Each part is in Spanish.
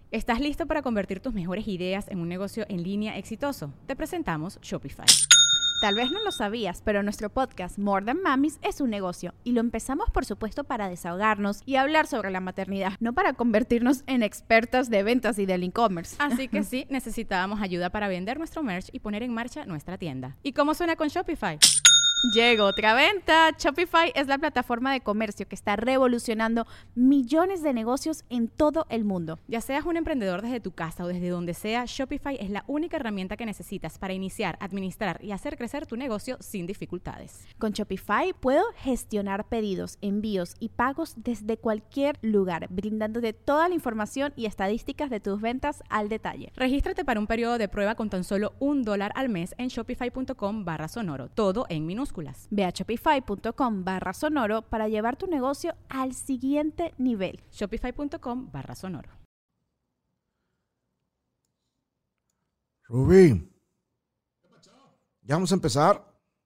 ¿Estás listo para convertir tus mejores ideas en un negocio en línea exitoso? Te presentamos Shopify. Tal vez no lo sabías, pero nuestro podcast More Than Mamis es un negocio y lo empezamos por supuesto para desahogarnos y hablar sobre la maternidad, no para convertirnos en expertas de ventas y del e-commerce. Así que sí, necesitábamos ayuda para vender nuestro merch y poner en marcha nuestra tienda. ¿Y cómo suena con Shopify? Llegó otra venta. Shopify es la plataforma de comercio que está revolucionando millones de negocios en todo el mundo. Ya seas un emprendedor desde tu casa o desde donde sea, Shopify es la única herramienta que necesitas para iniciar, administrar y hacer crecer tu negocio sin dificultades. Con Shopify puedo gestionar pedidos, envíos y pagos desde cualquier lugar, brindándote toda la información y estadísticas de tus ventas al detalle. Regístrate para un periodo de prueba con tan solo $1 al mes en shopify.com/sonoro, todo en minúsculas. Ve a shopify.com/sonoro para llevar tu negocio al siguiente nivel. Shopify.com/sonoro. Rubí, ¿ya vamos a empezar?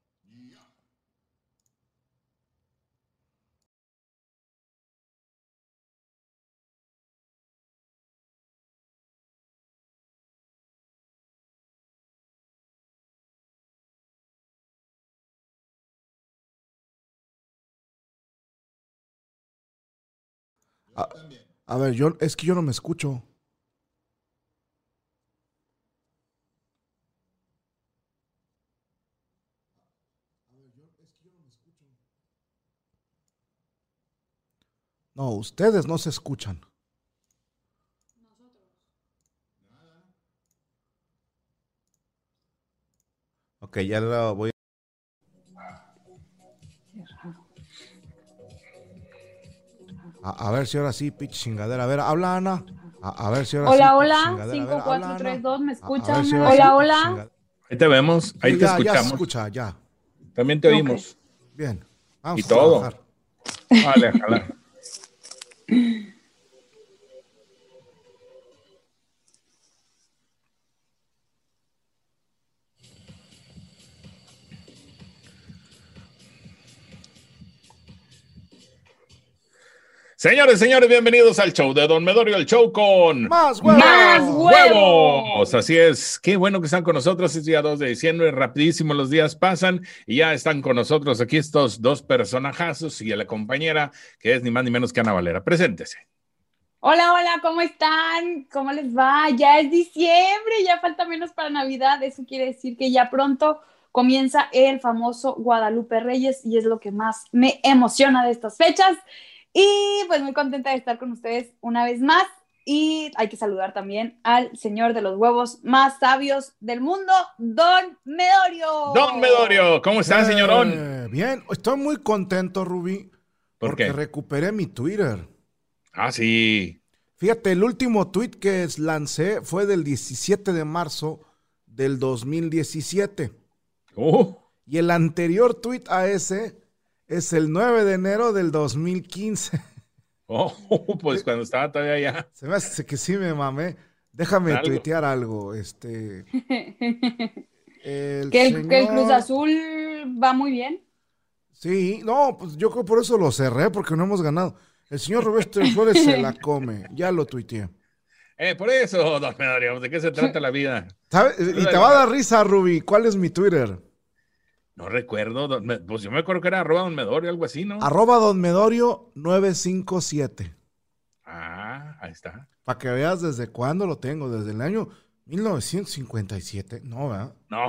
A, a ver, es que yo no me escucho. No, ustedes no se escuchan. Ok, ya lo voy. A ver si ahora sí, pitch chingadera. A ver, habla Ana. A ver si ahora hola, sí. Hola, 5432, ¿me escuchan? Si hola, sí, hola. Ahí te vemos, ahí sí, te ya, escuchamos. Ya se escucha, ya. También te oímos. Bien, vamos y a todo. trabajar. Vale, ojalá. Señores, bienvenidos al show de Don Medorio, el show con ¡Más huevos! ¡Más huevos! Así es, qué bueno que están con nosotros. Es día 2 de diciembre, rapidísimo los días pasan y ya están con nosotros aquí estos dos personajazos y la compañera que es ni más ni menos que Ana Valera. Preséntese. Hola, ¿cómo están? ¿Cómo les va? Ya es diciembre, ya falta menos para Navidad. Eso quiere decir que ya pronto comienza el famoso Guadalupe Reyes y es lo que más me emociona de estas fechas. Y pues muy contenta de estar con ustedes una vez más. Y hay que saludar también al señor de los huevos más sabios del mundo, Don Medorio. Don Medorio, ¿cómo está, señorón? Bien, estoy muy contento, Rubí, porque recuperé mi Twitter. Ah, sí. Fíjate, el último tweet que lancé fue del 17 de marzo del 2017. Y el anterior tweet a ese es el 9 de enero del 2015. Pues cuando estaba todavía allá. Se me hace que sí me mamé. Déjame tuitear algo. Que el Cruz Azul va muy bien. Sí, no, pues yo creo por eso lo cerré, porque no hemos ganado. El señor Roberto Flores se la come. Ya lo tuiteé. Por eso, Don Medorio, ¿de qué se trata la vida? ¿Sabes? Y te va a dar risa, Rubí. ¿Cuál es mi Twitter? No recuerdo, pues yo me acuerdo que era @Don Medorio, algo así, ¿no? @Don Medorio 957. Ah, ahí está. Para que veas desde cuándo lo tengo, desde el año 1957. No, ¿verdad? No.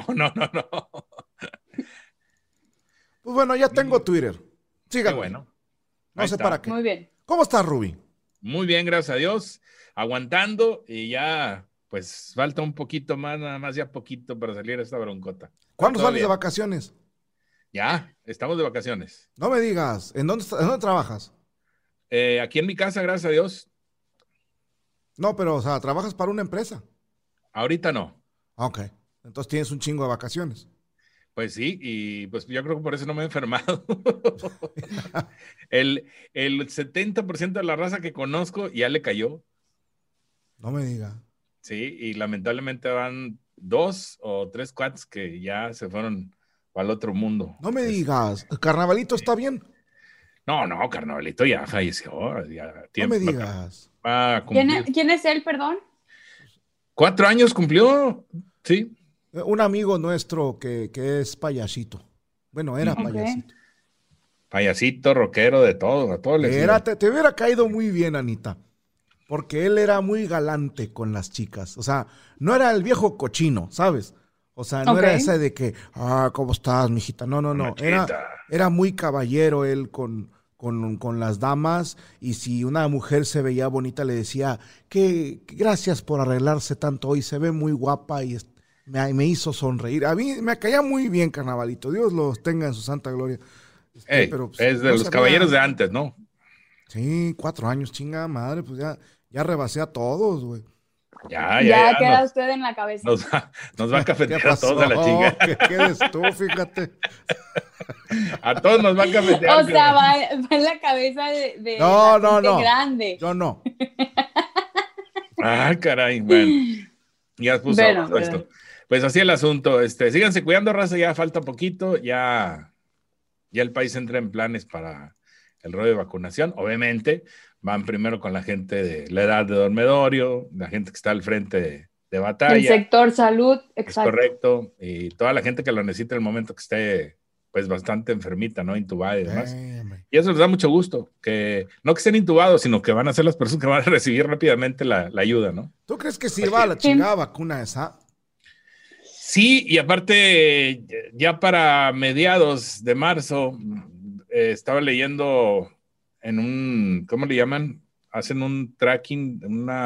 Pues bueno, ya tengo Twitter. Síganme. Qué bueno. No sé para qué. Muy bien. ¿Cómo estás, Rubí? Muy bien, gracias a Dios. Aguantando y ya, pues falta un poquito más, nada más ya poquito para salir a esta broncota. ¿Cuándo sales de vacaciones? Ya, estamos de vacaciones. No me digas. ¿En dónde trabajas? Aquí en mi casa, gracias a Dios. No, pero, o sea, ¿trabajas para una empresa? Ahorita no. Ok. Entonces tienes un chingo de vacaciones. Pues sí, y pues yo creo que por eso no me he enfermado. el 70% de la raza que conozco ya le cayó. No me digas. Sí, y lamentablemente van 2 o 3 cuates que ya se fueron para el otro mundo. No me digas. ¿El carnavalito está bien? No, Carnavalito ya falleció. Ya no me digas. va a cumplir. ¿Quién es él, perdón? 4 años cumplió, sí. Un amigo nuestro que es payasito. Bueno, era payasito. Payasito, rockero, de todo, a todo le te hubiera caído muy bien, Anita, porque él era muy galante con las chicas. O sea, no era el viejo cochino, ¿sabes? O sea, no era ese de que, ¿cómo estás, mijita? No. Era muy caballero él con las damas, y si una mujer se veía bonita le decía que gracias por arreglarse tanto hoy, se ve muy guapa, y me hizo sonreír. A mí me caía muy bien, carnavalito. Dios los tenga en su santa gloria. Pero, pues, es de los caballeros de antes, ¿no? Sí, 4 años, chinga madre, pues ya rebasé a todos, güey. Ya queda usted en la cabeza. Nos va a cafetear a todos a la chinga. Que quedes tú, fíjate. A todos nos va a cafetear. O sea, va en la cabeza de no. grande. Yo no. Caray, bueno. Ya puso esto. Pues así el asunto. Síganse cuidando, raza, ya falta poquito. Ya el país entra en planes para el rollo de vacunación. Obviamente, van primero con la gente de la edad de dormitorio, la gente que está al frente de batalla. El sector salud, exacto. Es correcto. Y toda la gente que lo necesita en el momento que esté, pues, bastante enfermita, ¿no? Intubada y demás. Y eso les da mucho gusto. Que no que estén intubados, sino que van a ser las personas que van a recibir rápidamente la ayuda, ¿no? ¿Tú crees que sirva la chingada vacuna esa? Sí, y aparte, ya para mediados de marzo, estaba leyendo en un, ¿cómo le llaman? Hacen un tracking,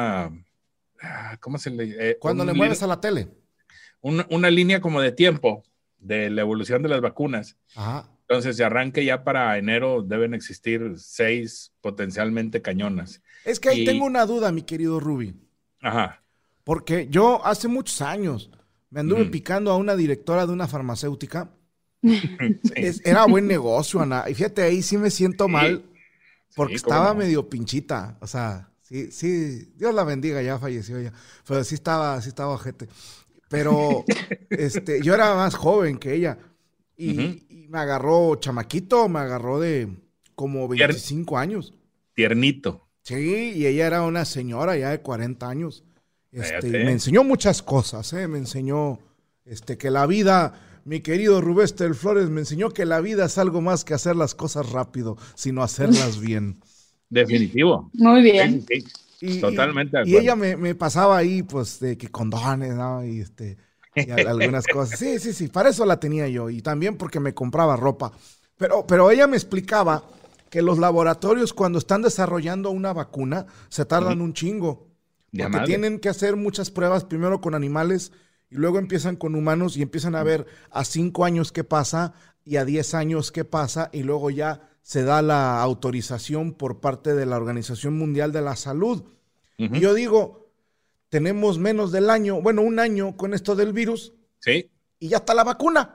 ¿cómo se le? Cuando le mueves a la tele. Una línea como de tiempo de la evolución de las vacunas. Ajá. Entonces, de arranque ya para enero deben existir 6 potencialmente cañonas. Es que ahí tengo una duda, mi querido Ruby. Ajá. Porque yo hace muchos años me anduve picando a una directora de una farmacéutica. Sí. Era buen negocio, Ana. Y fíjate, ahí sí me siento mal porque estaba medio pinchita. O sea, sí, Dios la bendiga, ya falleció ya. Pero sí estaba ojete. Pero yo era más joven que ella. Y me agarró chamaquito, me agarró de como 25 años. Tiernito. Sí, y ella era una señora ya de 40 años. Y me enseñó muchas cosas, me enseñó que la vida... Mi querido Rubén Flores me enseñó que la vida es algo más que hacer las cosas rápido, sino hacerlas bien. Definitivo. Muy bien. Sí. Totalmente. Y ella me pasaba ahí, pues, de que condones, ¿no? Y algunas cosas. Sí, para eso la tenía yo. Y también porque me compraba ropa. Pero ella me explicaba que los laboratorios, cuando están desarrollando una vacuna, se tardan un chingo. Porque tienen que hacer muchas pruebas, primero con animales, y luego empiezan con humanos y empiezan a ver a 5 años qué pasa y a 10 años qué pasa, y luego ya se da la autorización por parte de la Organización Mundial de la Salud. Y yo digo, tenemos menos del año, bueno, 1 año con esto del virus. Sí. Y ya está la vacuna.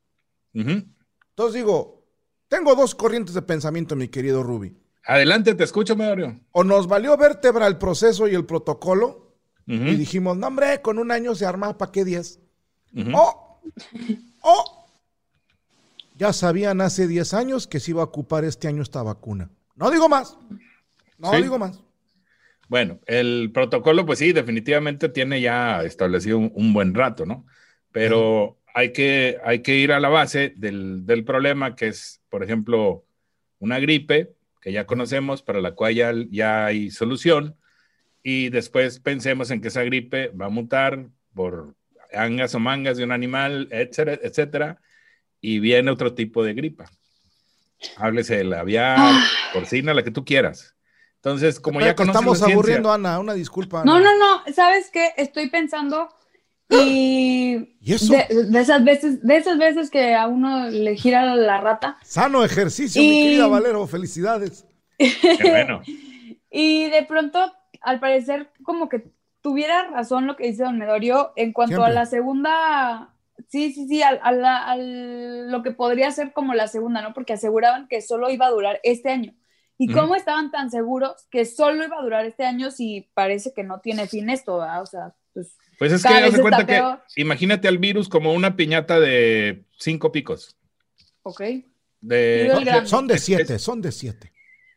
Entonces digo, tengo 2 corrientes de pensamiento, mi querido Ruby. Adelante, te escucho, Mario. O nos valió vértebra el proceso y el protocolo, y dijimos, no, hombre, con 1 año se arma, ¿para qué 10? O ya sabían hace 10 años que se iba a ocupar este año esta vacuna. No digo más. Digo más. Bueno, el protocolo, pues sí, definitivamente tiene ya establecido un buen rato, ¿no? Pero hay que ir a la base del problema, que es, por ejemplo, una gripe que ya conocemos, para la cual ya hay solución. Y después pensemos en que esa gripe va a mutar por angas o mangas de un animal, etcétera, etcétera, y viene otro tipo de gripa. Háblese de la aviar, porcina, la que tú quieras. Entonces, como ya conoces estamos la aburriendo, ciencia, Ana, una disculpa, Ana. No, ¿sabes qué? Estoy pensando y eso? De esas veces que a uno le gira la rata. Sano ejercicio, mi querida Valero, felicidades. qué bueno. Y de pronto, al parecer, como que tuviera razón lo que dice don Medorio en cuanto a la segunda, lo que podría ser como la segunda, ¿no? Porque aseguraban que solo iba a durar este año. ¿Y cómo estaban tan seguros que solo iba a durar este año si parece que no tiene fin esto, ¿verdad? O sea, pues es que haz de cuenta que imagínate al virus como una piñata de 5 picos. Ok. Son de 7.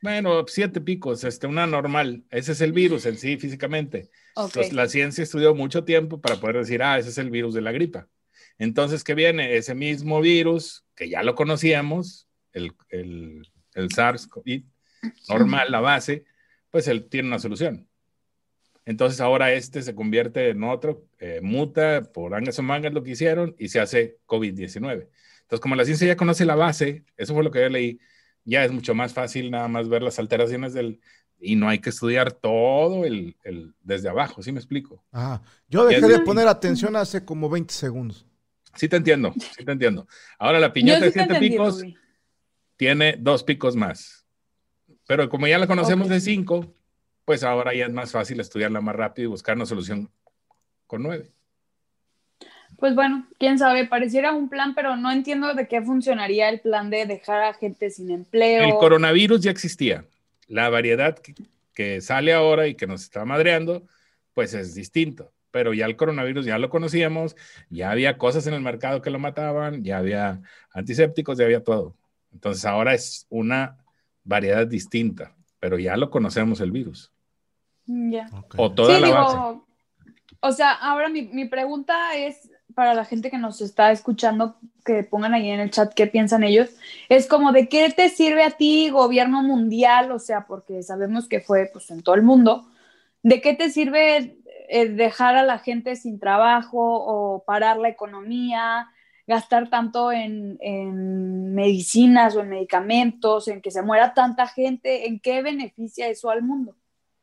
Bueno, 7 picos, una normal. Ese es el virus en sí, físicamente. Okay. Entonces, la ciencia estudió mucho tiempo para poder decir, ese es el virus de la gripa. Entonces, ¿qué viene? Ese mismo virus, que ya lo conocíamos, el SARS-CoV normal, la base, pues él tiene una solución. Entonces, ahora se convierte en otro, muta por angas o mangas lo que hicieron y se hace COVID-19. Entonces, como la ciencia ya conoce la base, eso fue lo que yo leí, ya es mucho más fácil nada más ver las alteraciones y no hay que estudiar todo desde abajo, ¿sí me explico? Ajá. Yo dejé de poner atención hace como 20 segundos. Sí te entiendo. Ahora la piñata de 7 picos tiene 2 picos más. Pero como ya la conocemos de 5, pues ahora ya es más fácil estudiarla más rápido y buscar una solución con 9. Pues bueno, quién sabe, pareciera un plan, pero no entiendo de qué funcionaría el plan de dejar a gente sin empleo. El coronavirus ya existía. La variedad que sale ahora y que nos está madreando, pues es distinto. Pero ya el coronavirus ya lo conocíamos, ya había cosas en el mercado que lo mataban, ya había antisépticos, ya había todo. Entonces ahora es una variedad distinta, pero ya lo conocemos el virus. Ya. Okay. O toda la base. O sea, ahora mi pregunta es para la gente que nos está escuchando, que pongan ahí en el chat qué piensan ellos, es como de qué te sirve a ti, gobierno mundial, o sea, porque sabemos que fue pues en todo el mundo, ¿de qué te sirve dejar a la gente sin trabajo o parar la economía, gastar tanto en medicinas o en medicamentos, en que se muera tanta gente? ¿En qué beneficia eso al mundo?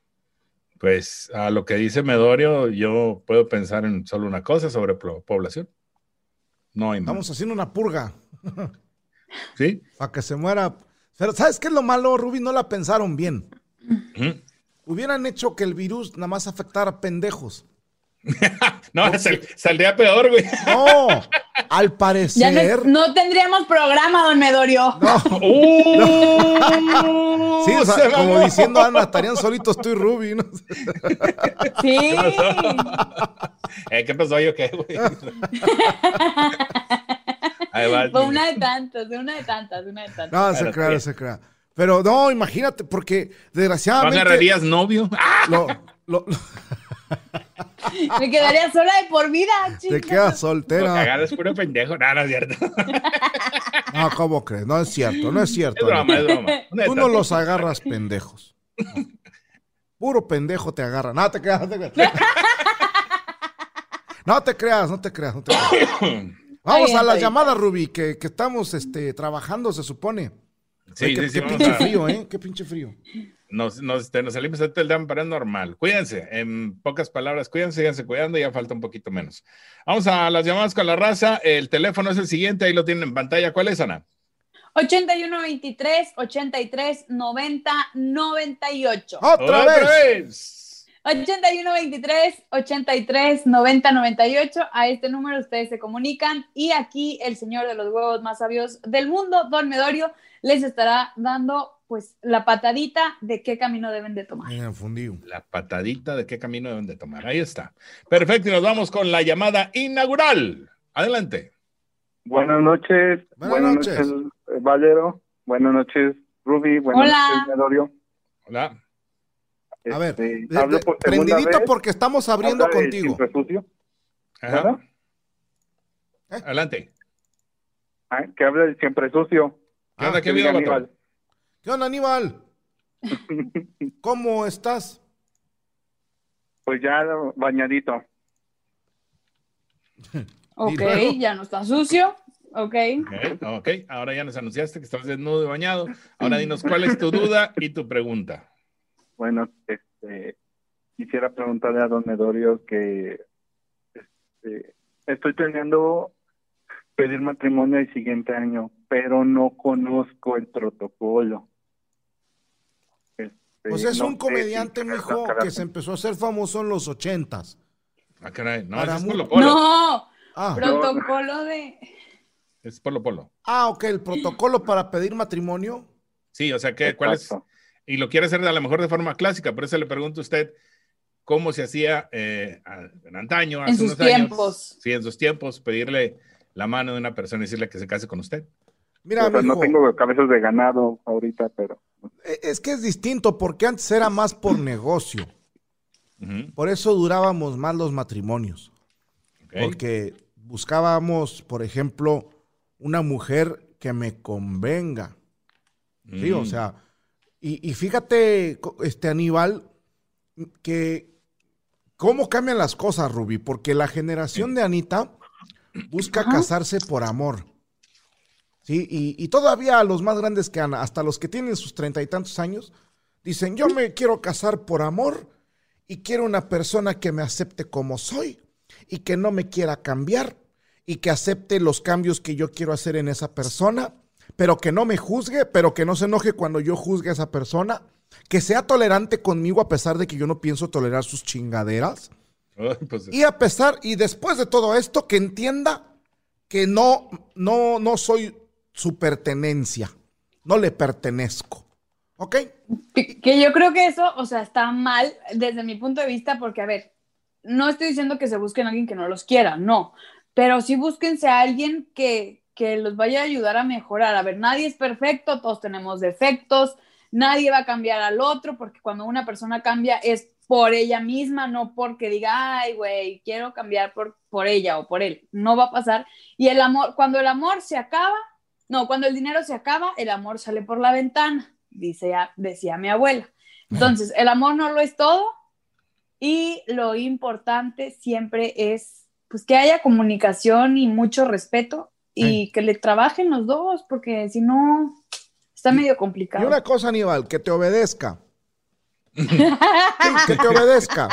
Pues a lo que dice Medorio, yo puedo pensar en solo una cosa sobre población. No hay más. Estamos haciendo una purga. ¿Sí? Para que se muera. Pero ¿sabes qué es lo malo, Ruby? No la pensaron bien. Hubieran hecho que el virus nada más afectara a pendejos. No, saldría peor, güey. No, al parecer. Ya no tendríamos programa, don Medorio. No. Sí, o sea, como diciendo Ana, estarían solitos tú y Ruby, ¿no? Sí. ¿Qué pasó yo qué, güey? Fue una de tantas. No, se crea. Pero no, imagínate, porque desgraciadamente. ¿No agarrarías novio? Me quedaría sola de por vida, chicos. Te quedas soltera. No, agarras puro pendejo. No es cierto. No, ¿cómo crees? No es cierto. Es broma. Tú no los agarras pendejos. No. Puro pendejo te agarra. No te creas. No te creas. Vamos a la llamada, Ruby, que estamos trabajando, se supone. Sí, qué pinche frío, ¿eh? Qué pinche frío. Nos salimos del DAM para normal. Cuídense, en pocas palabras, síganse cuidando, ya falta un poquito menos. Vamos a las llamadas con la raza. El teléfono es el siguiente, ahí lo tienen en pantalla. ¿Cuál es, Ana? 8123-83-90-98. ¡Otra vez! 8123-83-90-98. A este número ustedes se comunican y aquí el señor de los huevos más sabios del mundo, don Medorio, les estará dando pues la patadita de qué camino deben de tomar. La patadita de qué camino deben de tomar. Ahí está. Perfecto, y nos vamos con la llamada inaugural. Adelante. Buenas noches. Buenas noches, Valero. Buenas noches, Ruby. Buenas noches, Medorio. Hola. A ver, prendidito porque estamos abriendo contigo. Ajá. Adelante. Que habla del siempre sucio. ¿Qué onda? ¿Qué vida, Aníbal? ¿Qué onda, Aníbal? ¿Cómo estás? Pues ya bañadito. Ok, ya no está sucio. Ok. Ahora ya nos anunciaste que estás desnudo y bañado. Ahora dinos cuál es tu duda y tu pregunta. Bueno, quisiera preguntarle a don Medorio que estoy planeando pedir matrimonio el siguiente año, pero no conozco el protocolo. Pues es un comediante, mijo, que se empezó a hacer famoso en los 80s. Caray, no, es Polo Polo. No, protocolo de... Es Polo Polo. Ok, el protocolo para pedir matrimonio. Sí, o sea, ¿cuál es? Y lo quiere hacer a lo mejor de forma clásica, por eso le pregunto a usted cómo se hacía en antaño, hace unos años. Sí, en sus tiempos, pedirle la mano de una persona y decirle que se case con usted. Mira, no tengo cabezas de ganado ahorita, pero Es que es distinto, porque antes era más por negocio. Por eso durábamos más los matrimonios. Okay. Porque buscábamos, por ejemplo, una mujer que me convenga. Sí, o sea, y fíjate, Aníbal, que cómo cambian las cosas, Rubí, porque la generación de Anita busca casarse por amor. Sí, y todavía los más grandes que Ana, hasta los que tienen sus 30 y tantos años, dicen, yo me quiero casar por amor y quiero una persona que me acepte como soy y que no me quiera cambiar y que acepte los cambios que yo quiero hacer en esa persona, pero que no me juzgue, pero que no se enoje cuando yo juzgue a esa persona, que sea tolerante conmigo a pesar de que yo no pienso tolerar sus chingaderas. Pues, y después de todo esto, que entienda que no soy su pertenencia, no le pertenezco, ¿ok? Que yo creo que eso, o sea, está mal desde mi punto de vista, porque, a ver, no estoy diciendo que se busquen a alguien que no los quiera, no, pero sí búsquense a alguien que los vaya a ayudar a mejorar. A ver, nadie es perfecto, todos tenemos defectos, nadie va a cambiar al otro, porque cuando una persona cambia es por ella misma, no porque diga, ay, güey, quiero cambiar por ella o por él. No va a pasar. Y el amor, cuando el amor se acaba, cuando el dinero se acaba, el amor sale por la ventana, decía mi abuela. Entonces, el amor no lo es todo, y lo importante siempre es, pues, que haya comunicación y mucho respeto, y que le trabajen los dos, porque si no, está medio complicado. Y una cosa, Aníbal, que te obedezca. Sí, que te obedezca.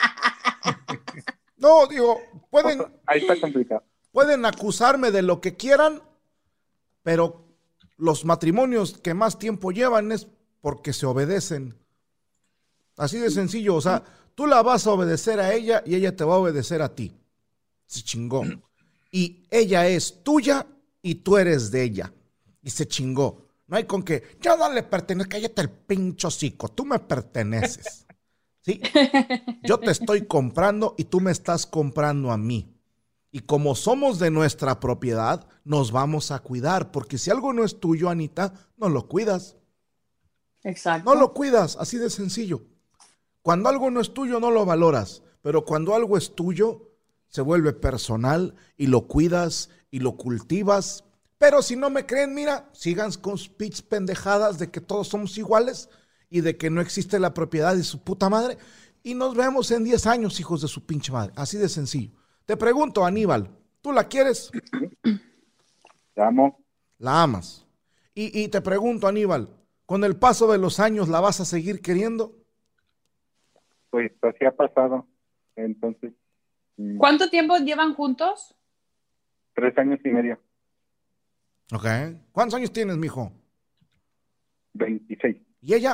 No, digo, ahí está complicado. Pueden acusarme de lo que quieran, pero los matrimonios que más tiempo llevan es porque se obedecen. Así de sencillo, o sea, tú la vas a obedecer a ella y ella te va a obedecer a ti. Se chingó. Y ella es tuya y tú eres de ella. Y se chingó. No hay con que, yo no le pertenezco, cállate el pincho hocico, tú me perteneces. ¿Sí? Yo te estoy comprando y tú me estás comprando a mí. Y como somos de nuestra propiedad, nos vamos a cuidar, porque si algo no es tuyo, Anita, no lo cuidas. Exacto. No lo cuidas, así de sencillo. Cuando algo no es tuyo, no lo valoras, pero cuando algo es tuyo, se vuelve personal y lo cuidas y lo cultivas. Pero si no me creen, mira, sigan con speech pendejadas de que todos somos iguales y de que no existe la propiedad de su puta madre. Y nos vemos en 10 años, hijos de su pinche madre. Así de sencillo. Te pregunto, Aníbal, ¿tú la quieres? La amo. La amas. Y te pregunto, Aníbal, ¿con el paso de los años la vas a seguir queriendo? Pues así ha pasado. Entonces. ¿Cuánto tiempo llevan juntos? 3 años y medio. Ok. ¿Cuántos años tienes, mijo? 26. ¿Y ella?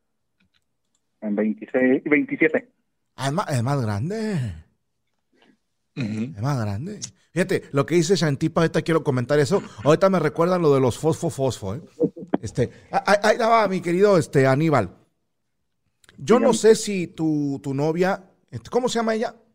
27. Ah, es más grande. Es más grande. Fíjate, lo que dice Shantipa, ahorita quiero comentar eso. Ahorita me recuerdan lo de los fosfo. Ahí va, mi querido Aníbal. Yo no sé si tu novia, ¿cómo se llama ella?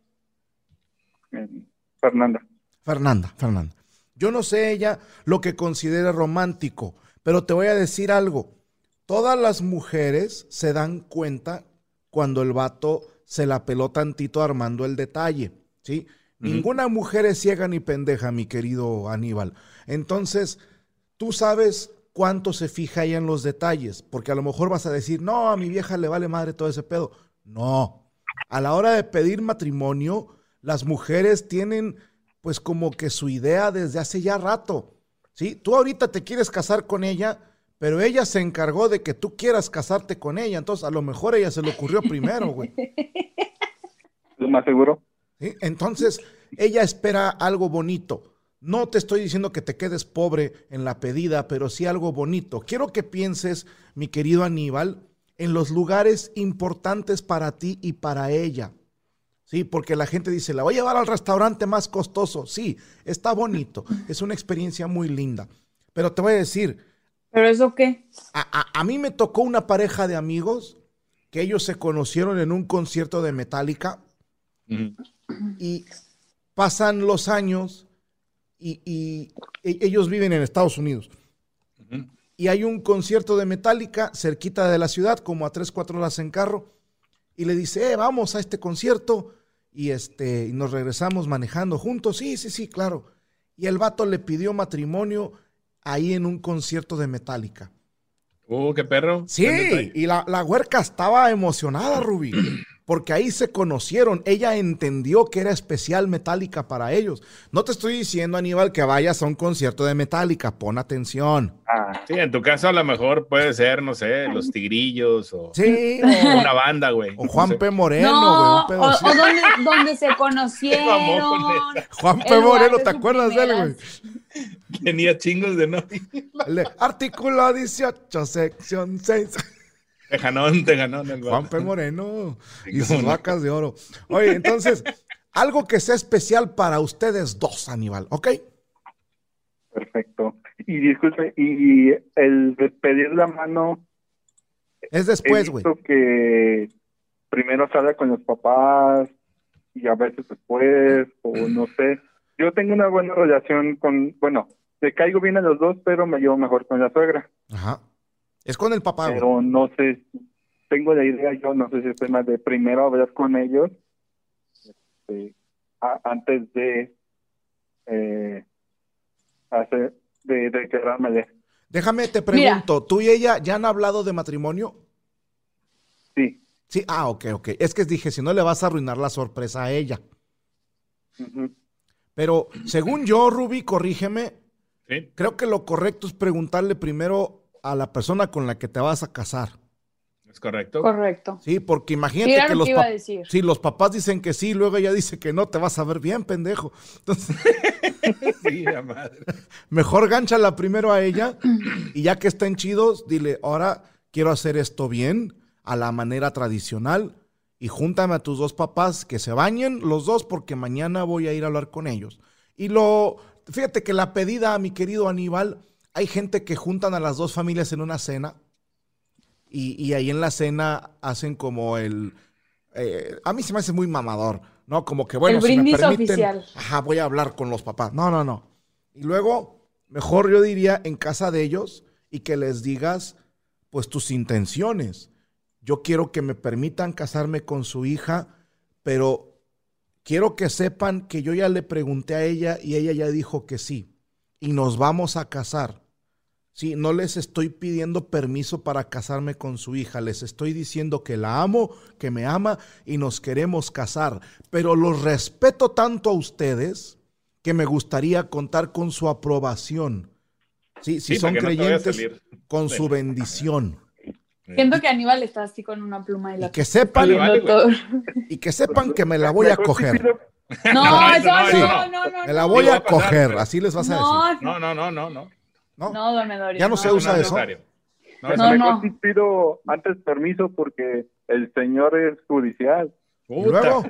Fernanda. Yo no sé ella lo que considera romántico, pero te voy a decir algo. Todas las mujeres se dan cuenta cuando el vato se la peló tantito armando el detalle, ¿sí? Ninguna mujer es ciega ni pendeja, mi querido Aníbal. Entonces, tú sabes cuánto se fija ella en los detalles, porque a lo mejor vas a decir, no, a mi vieja le vale madre todo ese pedo. No, a la hora de pedir matrimonio, las mujeres tienen pues como que su idea desde hace ya rato, ¿sí? Tú ahorita te quieres casar con ella, pero ella se encargó de que tú quieras casarte con ella, entonces a lo mejor a ella se le ocurrió primero, güey. ¿Lo más seguro? ¿Sí? Entonces, ella espera algo bonito. No te estoy diciendo que te quedes pobre en la pedida, pero sí algo bonito. Quiero que pienses, mi querido Aníbal, en los lugares importantes para ti y para ella. Sí, porque la gente dice, la voy a llevar al restaurante más costoso. Sí, está bonito, es una experiencia muy linda. Pero te voy a decir... ¿Pero eso qué? A mí me tocó una pareja de amigos que ellos se conocieron en un concierto de Metallica y pasan los años y ellos viven en Estados Unidos. y hay un concierto de Metallica cerquita de la ciudad, como a 3-4 horas en carro, y le dice, vamos a este concierto, y nos regresamos manejando juntos. Sí, claro. Y el vato le pidió matrimonio ahí en un concierto de Metallica. Qué perro. Sí, y la huerca estaba emocionada, Rubí, porque ahí se conocieron. Ella entendió que era especial Metallica para ellos. No te estoy diciendo, Aníbal, que vayas a un concierto de Metallica. Pon atención. Sí, en tu caso a lo mejor puede ser, no sé, Los Tigrillos o sí, una banda, güey. O Juan P. Moreno, no, güey. O donde se conocieron. Juan P. Moreno, ¿te acuerdas de él, güey? Tenía chingos de novio. Artículo 18, sección 6. Te ganó el Juan P. Moreno y sus vacas de oro. Oye, entonces, algo que sea especial para ustedes dos, Aníbal, ¿ok? Perfecto. Y disculpe, y el de pedir la mano... Es después, güey. Que primero sale con los papás y a veces después, o no sé. Yo tengo una buena relación le caigo bien a los dos, pero me llevo mejor con la suegra. Ajá. Es con el papá, pero güey. No sé, tengo la idea, yo no sé si es más de primero hablar con ellos antes de quedármele. Déjame, te pregunto, mira, ¿tú y ella ya han hablado de matrimonio? Sí. Sí, ok. Es que dije, si no le vas a arruinar la sorpresa a ella. Uh-huh. Pero según yo, Rubí, corrígeme, ¿sí? Creo que lo correcto es preguntarle primero a la persona con la que te vas a casar. ¿Es correcto? Correcto. Sí, porque imagínate que si los papás dicen que sí, luego ella dice que no, te vas a ver bien, pendejo. Entonces, sí, la madre. Mejor gánchala primero a ella y ya que estén chidos, dile, ahora quiero hacer esto bien, a la manera tradicional, y júntame a tus dos papás, que se bañen los dos, porque mañana voy a ir a hablar con ellos. Fíjate que la pedida, mi querido Aníbal, hay gente que juntan a las dos familias en una cena, y ahí en la cena hacen como a mí se me hace muy mamador, ¿no? Como que, bueno, el brindis si me permiten, oficial. Ajá, voy a hablar con los papás. No. Y luego, mejor yo diría en casa de ellos y que les digas, pues, tus intenciones. Yo quiero que me permitan casarme con su hija, pero quiero que sepan que yo ya le pregunté a ella y ella ya dijo que sí. Y nos vamos a casar. Sí, no les estoy pidiendo permiso para casarme con su hija. Les estoy diciendo que la amo, que me ama y nos queremos casar. Pero los respeto tanto a ustedes que me gustaría contar con su aprobación. Sí, si son creyentes, con su bendición. Siento que Aníbal está así con una pluma y que sepan, y que sepan que me la voy a coger. No, eso no. Me la voy a coger, así les vas a decir. No, don Medorio. Ya no se usa eso. No. Sí pido antes permiso porque el señor es judicial. ¿Y luego?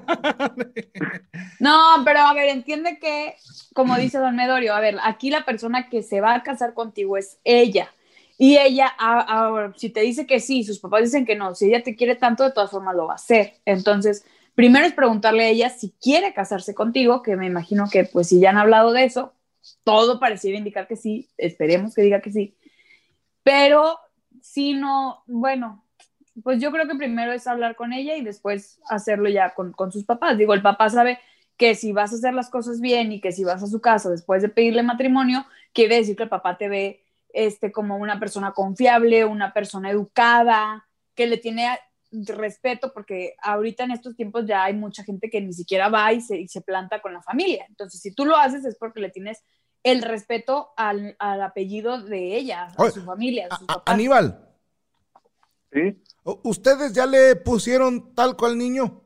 No, pero a ver, entiende que, como dice don Medorio, a ver, aquí la persona que se va a casar contigo es ella. Y ella, si te dice que sí, sus papás dicen que no, si ella te quiere tanto, de todas formas lo va a hacer. Entonces, primero es preguntarle a ella si quiere casarse contigo, que me imagino que pues si ya han hablado de eso, todo pareciera indicar que sí, esperemos que diga que sí. Pero si no, bueno, pues yo creo que primero es hablar con ella y después hacerlo ya con sus papás. Digo, el papá sabe que si vas a hacer las cosas bien y que si vas a su casa después de pedirle matrimonio, quiere decir que el papá te ve como una persona confiable, una persona educada, que le tiene respeto, porque ahorita en estos tiempos ya hay mucha gente que ni siquiera va y se planta con la familia. Entonces, si tú lo haces es porque le tienes el respeto al apellido de ella, a su familia, a sus papás. Aníbal. ¿Sí? ¿Ustedes ya le pusieron talco al niño?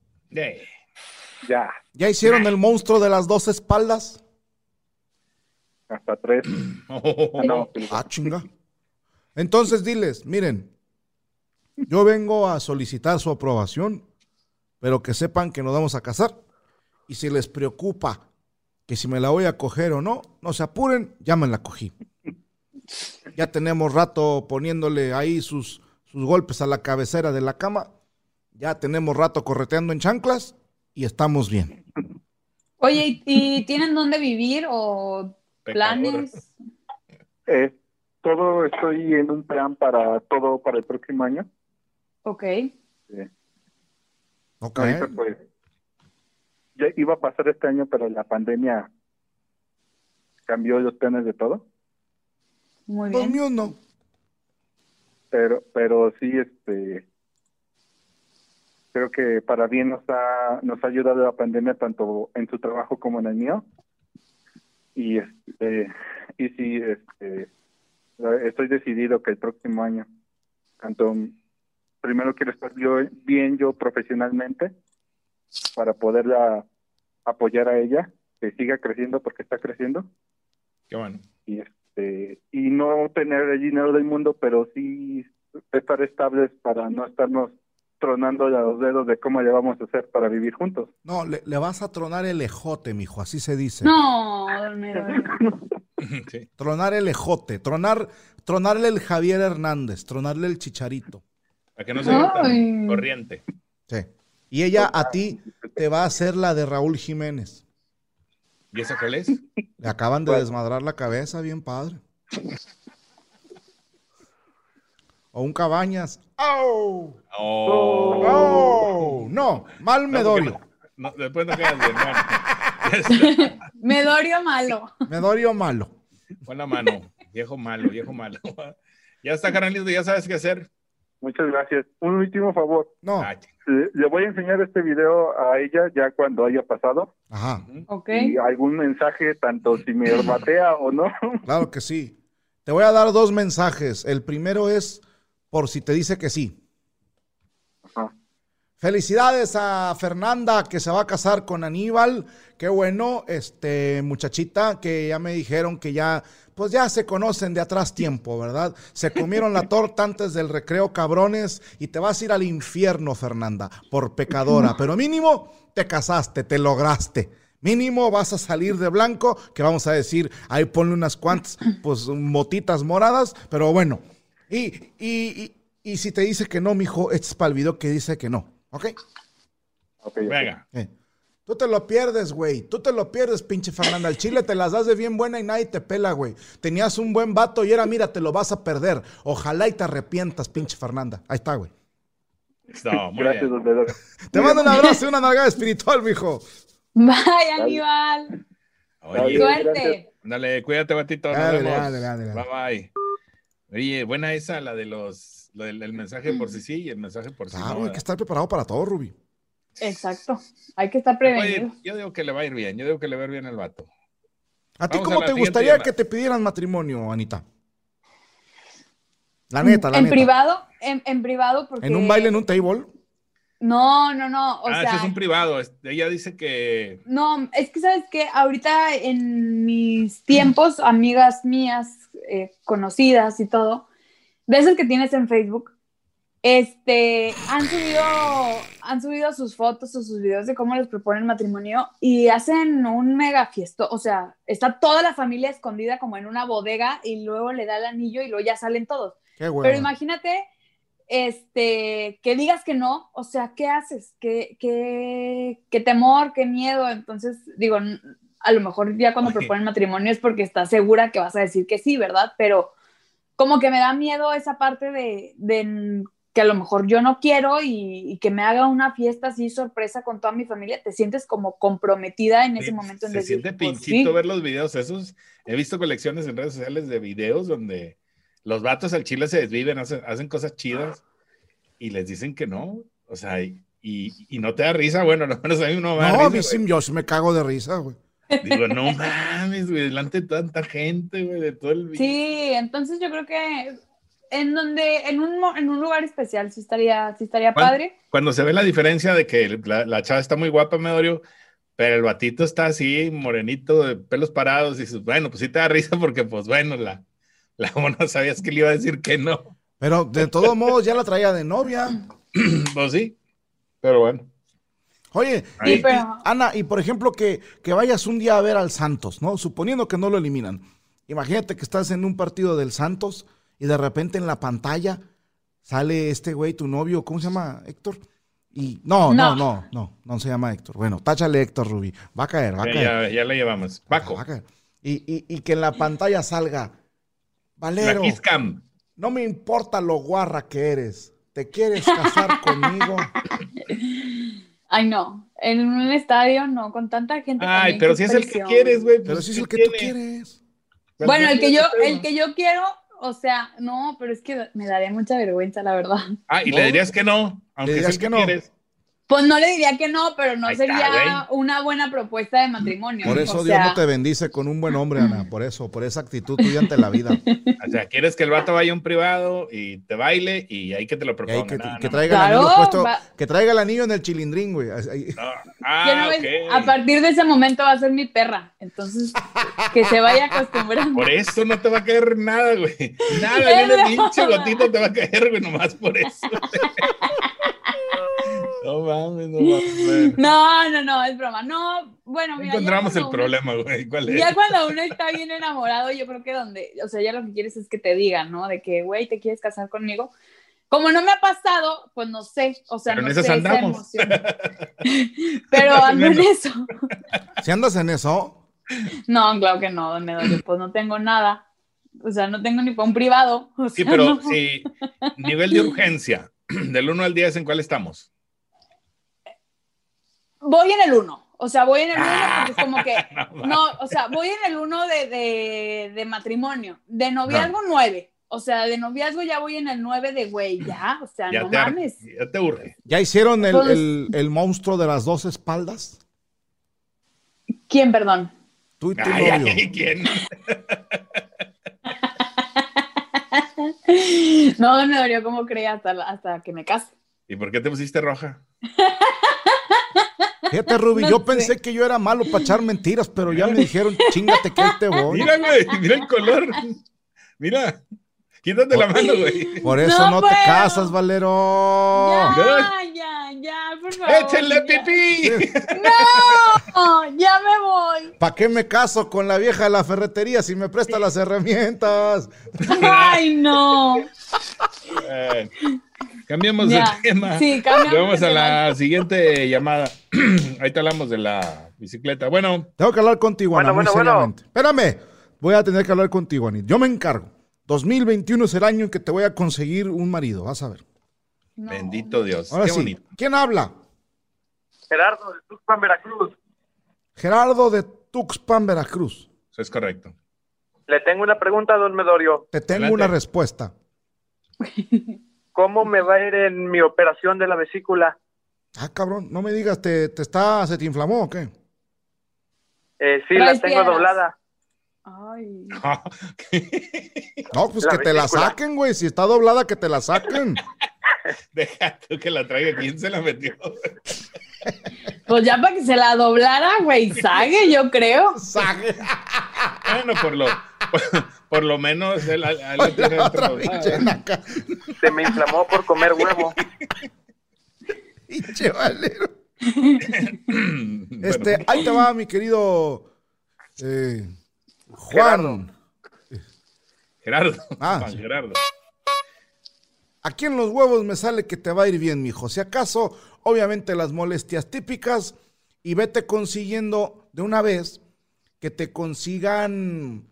Ya. ¿Ya hicieron el monstruo de las 2 espaldas? Hasta 3. No. Chinga. Entonces diles, miren, yo vengo a solicitar su aprobación, pero que sepan que nos vamos a casar. Y si les preocupa que si me la voy a coger o no, no se apuren, ya me la cogí. Ya tenemos rato poniéndole ahí sus golpes a la cabecera de la cama. Ya tenemos rato correteando en chanclas y estamos bien. Oye, ¿y tienen dónde vivir o planes? todo estoy en un plan para todo para el próximo año. Ok. Ok. Ahorita, pues, ya iba a pasar este año, pero la pandemia cambió los planes de todo. Muy Los bien. míos no. Pero sí, creo que para bien nos ha ayudado la pandemia tanto en su trabajo como en el mío. Y sí, estoy decidido que el próximo año, primero quiero estar bien yo profesionalmente para poderla apoyar a ella, que siga creciendo porque está creciendo. Qué bueno. Y no tener el dinero del mundo, pero sí estar estables para no estarnos tronando los dedos de cómo le vamos a hacer para vivir juntos. No, le vas a tronar el ejote, mijo, así se dice. No, don Medorio. Sí. Tronar el ejote, tronarle el Javier Hernández, tronarle el Chicharito. Para que no se vea tan Ay. corriente. Sí. Y ella a ti te va a hacer la de Raúl Jiménez. ¿Y esa cuál es? Le acaban de desmadrar la cabeza, bien padre. O un Cabañas. ¡Oh! Oh. ¡Oh! No, mal No, Medorio. porque no, después no quedas bien. Bueno. Medorio malo. Medorio malo. Pon la mano. Viejo malo, viejo malo. Ya está, carnalito, ya sabes qué hacer. Muchas gracias. Un último favor. No. Ah, Le voy a enseñar este video a ella ya cuando haya pasado. Ajá. Ok. Y algún mensaje, tanto si me batea o no. Claro que sí. Te voy a dar 2 mensajes. El primero es por si te dice que sí. Ajá. Felicidades a Fernanda que se va a casar con Aníbal. Qué bueno, muchachita, que ya me dijeron que ya, pues ya se conocen de atrás tiempo, ¿verdad? Se comieron la torta antes del recreo, cabrones, y te vas a ir al infierno, Fernanda, por pecadora. Pero mínimo te casaste, te lograste. Mínimo vas a salir de blanco, que vamos a decir, ahí ponle unas cuantas, pues, motitas moradas, pero bueno. Y si te dice que no, mijo, este es para el video que dice que no. ¿Ok? Okay. venga. Tú te lo pierdes, güey. Tú te lo pierdes, pinche Fernanda. Al chile te las das de bien buena y nadie te pela, güey. Tenías un buen vato y era, mira, te lo vas a perder. Ojalá y te arrepientas, pinche Fernanda. Ahí está, güey. No, muy Gracias, bien. don Medorio. Te mando un abrazo y una nalgada espiritual, mijo. Bye, Aníbal. Oye, Suerte. dale, cuídate, batito. Nos Dale, vemos. dale. Bye, bye. Oye, buena esa, la de lo del mensaje por si sí y el mensaje por si Claro, no. hay que estar preparado para todo, Ruby. Exacto. Hay que estar Le va a prevenido. ir- Yo digo que le va a ir bien. Yo digo que le va a ir bien al vato. ¿A ti Vamos cómo a la te siguiente gustaría llamada. que te pidieran matrimonio, Anita? La neta, En privado, en privado, porque. ¿En un baile, en un table? No. O Ese sea, es un privado. Ella dice que... no, es que sabes que ahorita en mis tiempos, amigas mías, conocidas y todo, de esas que tienes en Facebook, han subido sus fotos o sus videos de cómo les proponen matrimonio y hacen un mega fiesto, o sea, está toda la familia escondida como en una bodega y luego le da el anillo y luego ya salen todos. Qué hueva. Pero imagínate, que digas que no, o sea, ¿qué haces? ¿Qué temor, qué miedo? Entonces, digo, a lo mejor ya cuando proponen matrimonio es porque estás segura que vas a decir que sí, ¿verdad? Pero como que me da miedo esa parte de que a lo mejor yo no quiero y que me haga una fiesta así sorpresa con toda mi familia, te sientes como comprometida en ese momento. En Se decir, siente pues, pinchito sí. ver los videos esos. He visto colecciones en redes sociales de videos donde los vatos al chile se desviven, hacen cosas chidas y les dicen que no. O sea, y no te da risa. Bueno, al menos a mí no me da No, a mí risa, sí, güey. yo sí me cago de risa, güey. Digo, no mames, güey, delante de tanta gente, güey, de todo el video. Sí, entonces yo creo que en un lugar especial sí estaría padre. Cuando se ve la diferencia de que la chava está muy guapa, Medorio, pero el batito está así, morenito, de pelos parados, y dices, bueno, pues sí te da risa porque, pues bueno, la mona sabías que le iba a decir que no. Pero de todos modos ya la traía de novia. Pues sí, pero bueno. Oye, Sí, pero- Ana, y por ejemplo que vayas un día a ver al Santos, ¿no? Suponiendo que no lo eliminan. Imagínate que estás en un partido del Santos y de repente en la pantalla sale este güey, tu novio, ¿cómo se llama? ¿Héctor? Y no se llama Héctor. Bueno, táchale Héctor, Rubí. Va a caer. Ya le llevamos. Paco. Va a caer. Y que en la pantalla salga Valero, La Kiss Cam. no me importa lo guarra que eres. ¿Te quieres casar conmigo? Ay, no. En un estadio, no, con tanta gente. Ay, también, pero qué si es el que presión. quieres, güey. Pero pues, si es el ¿qué que tú tiene? quieres. Bueno, el que Pero- yo quiero, o sea, no, pero es que me daría mucha vergüenza, la verdad. Ah, y ¿No? le dirías que no, aunque Le sea dirías el que que no. quieres. Pues no le diría que no, pero no Ahí está, sería una buena propuesta de matrimonio. Por eso o Dios sea, no te bendice con un buen hombre, Ana. Por eso, por esa actitud tuya ante la vida. O sea, quieres que el vato vaya a un privado y te baile y ahí que te lo Y ahí proponga. que traiga Claro, el anillo puesto, va- que traiga el anillo en el chilindrín, güey. Ahí. No. ya Ah, no ves, ok. a partir de ese momento va a ser mi perra. Entonces, que se vaya acostumbrando. Por eso no te va a caer nada, güey. Nada, ni una pinche gotita te va a caer, güey, nomás por eso. No mames, no mames. No, es broma. No, bueno, mira, Encontramos ya el cuando problema, güey. ¿Cuál es? Ya cuando uno está bien enamorado, yo creo que o sea, ya lo que quieres es que te digan, ¿no? De que, güey, ¿te quieres casar conmigo? Como no me ha pasado, pues no sé, o sea, Pero no en sé esas esa andamos. emoción. Pero ando en eso. Si andas en eso, No, claro que no, don Medorio, pues no tengo nada. O sea, no tengo ni para un privado. O Sí, sea, pero no. sí, nivel de urgencia, del 1 al 10, ¿en cuál estamos? Voy en el 1. O sea, voy en el 1 porque es como que. No, No, o sea, voy en el 1 de matrimonio. De noviazgo, 9. O sea, de noviazgo ya voy en el 9 de güey, ya. O sea, no mames. Ya te urge. ¿ya hicieron Pues- el monstruo de las dos espaldas? ¿Quién, perdón? Tú y tu Ay, novio. ay, ¿quién? No, don Medorio, ¿cómo cree hasta que me case? ¿Y por qué te pusiste roja? Fíjate, Ruby, No yo sé. pensé que yo era malo para echar mentiras, pero ya me dijeron, chíngate que ahí te voy. Mira, güey, mira el color. Mira, quítate la mano, güey. Por eso No no te puedo. casas, Valero. Ya, por favor. ¡Échenle ya. pipí! No, ya me voy. ¿Para qué me caso con la vieja de la ferretería si me presta las herramientas? Ay, no. Cambiemos Ya. de tema. Sí, cambiamos Vamos de a tema. la siguiente llamada. Ahí te hablamos de la bicicleta. Bueno, Tengo que hablar contigo, Ana, Bueno, muy bueno. seriamente. Espérame, voy a tener que hablar contigo, Anit. Yo me encargo. 2021 es el año en que te voy a conseguir un marido, vas a ver. No. bendito Dios. Ahora Qué sí, bonito. ¿quién habla? Gerardo, de Tuxpan, Veracruz. Gerardo de Tuxpan, Veracruz. Eso es correcto. Le tengo una pregunta, don Medorio. Te tengo Adelante. una respuesta. ¿Cómo me va a ir en mi operación de la vesícula? Ah, cabrón, no me digas, se te inflamó o qué? Sí, la Traes tengo piedras. doblada. Ay. No, pues La que te la vesícula. saquen, güey. Si está doblada, que te la saquen. Deja tú que la traiga. ¿Quién se la metió? Pues ya para que se la doblara, güey, sague, yo creo. Saque. Bueno, por lo menos él la tiene Otra dentro. pinche naca. Se me inflamó por comer huevo. Pinche Valero. Bueno, Ahí te va, mi querido Juan. Gerardo. Ah, Juan sí. Gerardo. Aquí en los huevos me sale que te va a ir bien, mijo. Si acaso, obviamente las molestias típicas y vete consiguiendo de una vez que te consigan,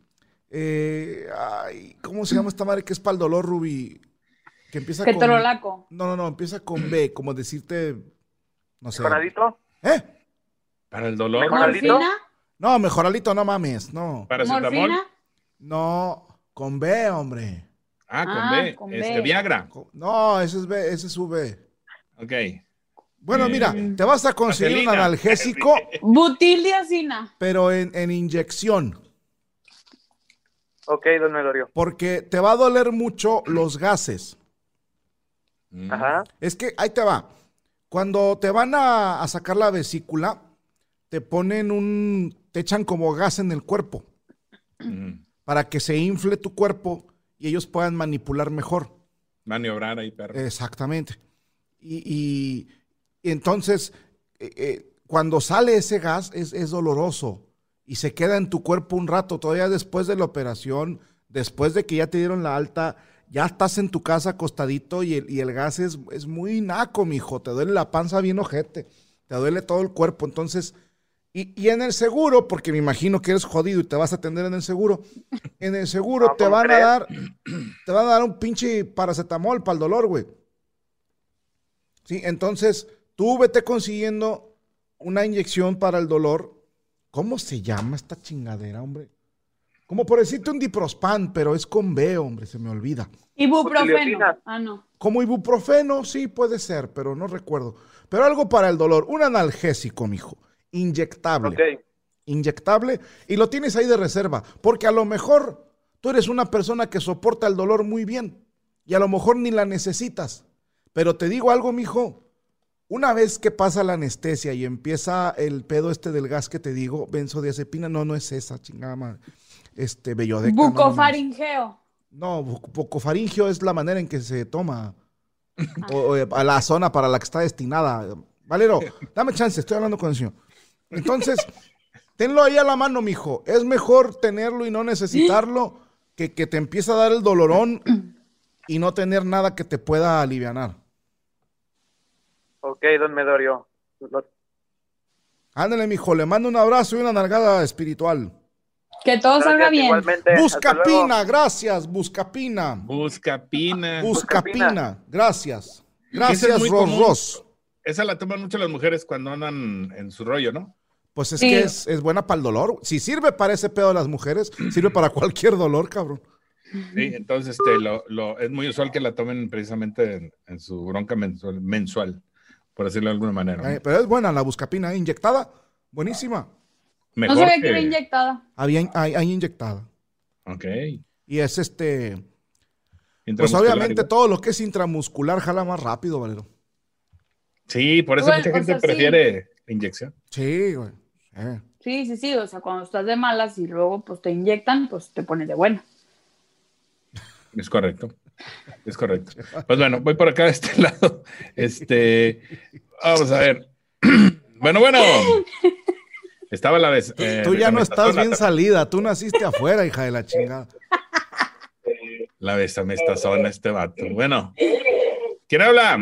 ¿cómo se llama esta madre que es para el dolor, Ruby? Que empieza con... Ketorolaco. No, empieza con B, como decirte, no sé. ¿Mejoradito? ¿Eh? Para el dolor. ¿Mejoralito? ¿Morfina? No, mejoralito, no mames, no. Paracetamol. ¿Morfina? No, con B, hombre. Ah, con Ah, B. con B. Viagra. No, ese es B, ese es V. Ok. Bueno, mira, te vas a conseguir un Vaselina. analgésico, Butildiazina. pero en inyección, Ok, don Medorio. porque te va a doler mucho los gases. Ajá. Es que, ahí te va, cuando te van a sacar la vesícula, te echan como gas en el cuerpo, Mm. para que se infle tu cuerpo y ellos puedan manipular mejor. Maniobrar ahí, perro. Exactamente. Y entonces, cuando sale ese gas, es doloroso y se queda en tu cuerpo un rato, todavía después de la operación, después de que ya te dieron la alta, ya estás en tu casa acostadito y el gas es muy naco, mijo, te duele la panza bien ojete, te duele todo el cuerpo, entonces Y en el seguro, porque me imagino que eres jodido y te vas a atender en el seguro te van a dar un pinche paracetamol para el dolor, güey. Sí, entonces tú vete consiguiendo una inyección para el dolor. ¿Cómo se llama esta chingadera, hombre? Como por decirte un diprospan, pero es con B, hombre, se me olvida. Ibuprofeno. No. Como ibuprofeno, sí puede ser, pero no recuerdo. Pero algo para el dolor, un analgésico, mijo. Inyectable. Ok. Inyectable y lo tienes ahí de reserva, porque a lo mejor tú eres una persona que soporta el dolor muy bien y a lo mejor ni la necesitas. Pero te digo algo, mijo, una vez que pasa la anestesia y empieza el pedo del gas que te digo, benzodiazepina, no es esa, chingada madre. Bellodeca. Bucofaringeo. No, bucofaringio es la manera en que se toma o a la zona para la que está destinada. Valero, dame chance, estoy hablando con el señor. Entonces, tenlo ahí a la mano, mijo. Es mejor tenerlo y no necesitarlo que te empiece a dar el dolorón y no tener nada que te pueda alivianar. Ok, don Medorio. Ándale, mijo, le mando un abrazo y una nalgada espiritual. Que todo salga bien. Igualmente. Buscapina, gracias, Buscapina. Buscapina. Gracias. Esa es Gracias, muy común. Ros. Esa la toman mucho las mujeres cuando andan en su rollo, ¿no? Pues es Sí. que es buena para el dolor. Si sirve para ese pedo de las mujeres, sirve para cualquier dolor, cabrón. Sí, entonces es muy usual que la tomen precisamente en su bronca mensual, por decirlo de alguna manera, ¿no? Pero es buena la Buscapina, inyectada. Buenísima. No sabía que era inyectada. Hay inyectada. Ok. Y es pues Intramuscular, obviamente igual. todo lo que es intramuscular jala más rápido, Valero. Sí, por eso Bueno, mucha gente o sea, sí. prefiere la inyección. Sí, güey. Sí. O sea, cuando estás de malas y luego pues te inyectan, pues te pones de buena. Es correcto. Pues bueno, voy por acá de este lado. Vamos a ver. Bueno. Estaba la vez. Tú ya no estás bien salida. Tú naciste afuera, hija de la chingada. La besamestazona este vato. Bueno. ¿Quién habla?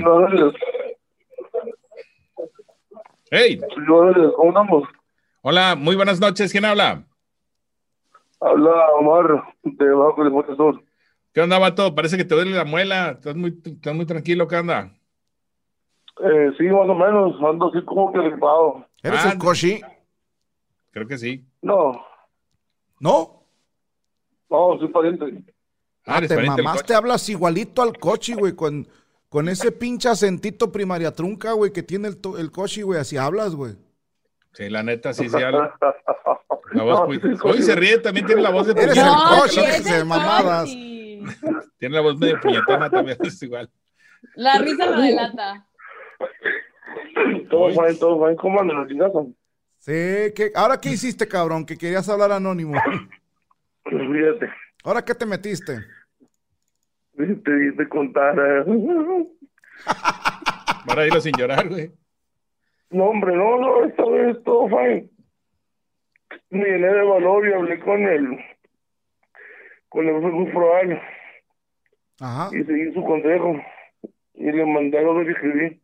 Hey. ¿Cómo andamos? Hola, muy buenas noches. ¿Quién habla? Habla Omar de Bajo California Sur. ¿Qué onda, vato? Parece que te duele la muela. Estás muy tranquilo. ¿Qué onda? Sí, más o menos. Ando así como que gripado. ¿Eres el Koshi? Creo que sí. No, ¿No? soy pariente. ¿Eres Te pariente del mamás, Koshi? te hablas igualito al Koshi, güey, con ese pinche acentito primaria trunca, güey, que tiene el Koshi, güey, así hablas, güey. Sí, la neta, sí. La voz, No, pues, sí, hoy se ríe, también tiene la voz de Eres puñetona. el Koshi, sí, déjese de mamadas. Koshi. Tiene la voz medio puñetona también, es igual. La risa lo delata. Todo fine. ¿Cómo andan en la casa? Sí, ¿ahora qué hiciste, cabrón? Que querías hablar anónimo. Fíjate, ¿Ahora qué te metiste? te diste contar. Para irlo sin llorar, güey. No, hombre, no, esta vez todo fine. Me llené de valor y hablé con el profesor Froal Ajá. y seguí su consejo y le mandé lo que escribí.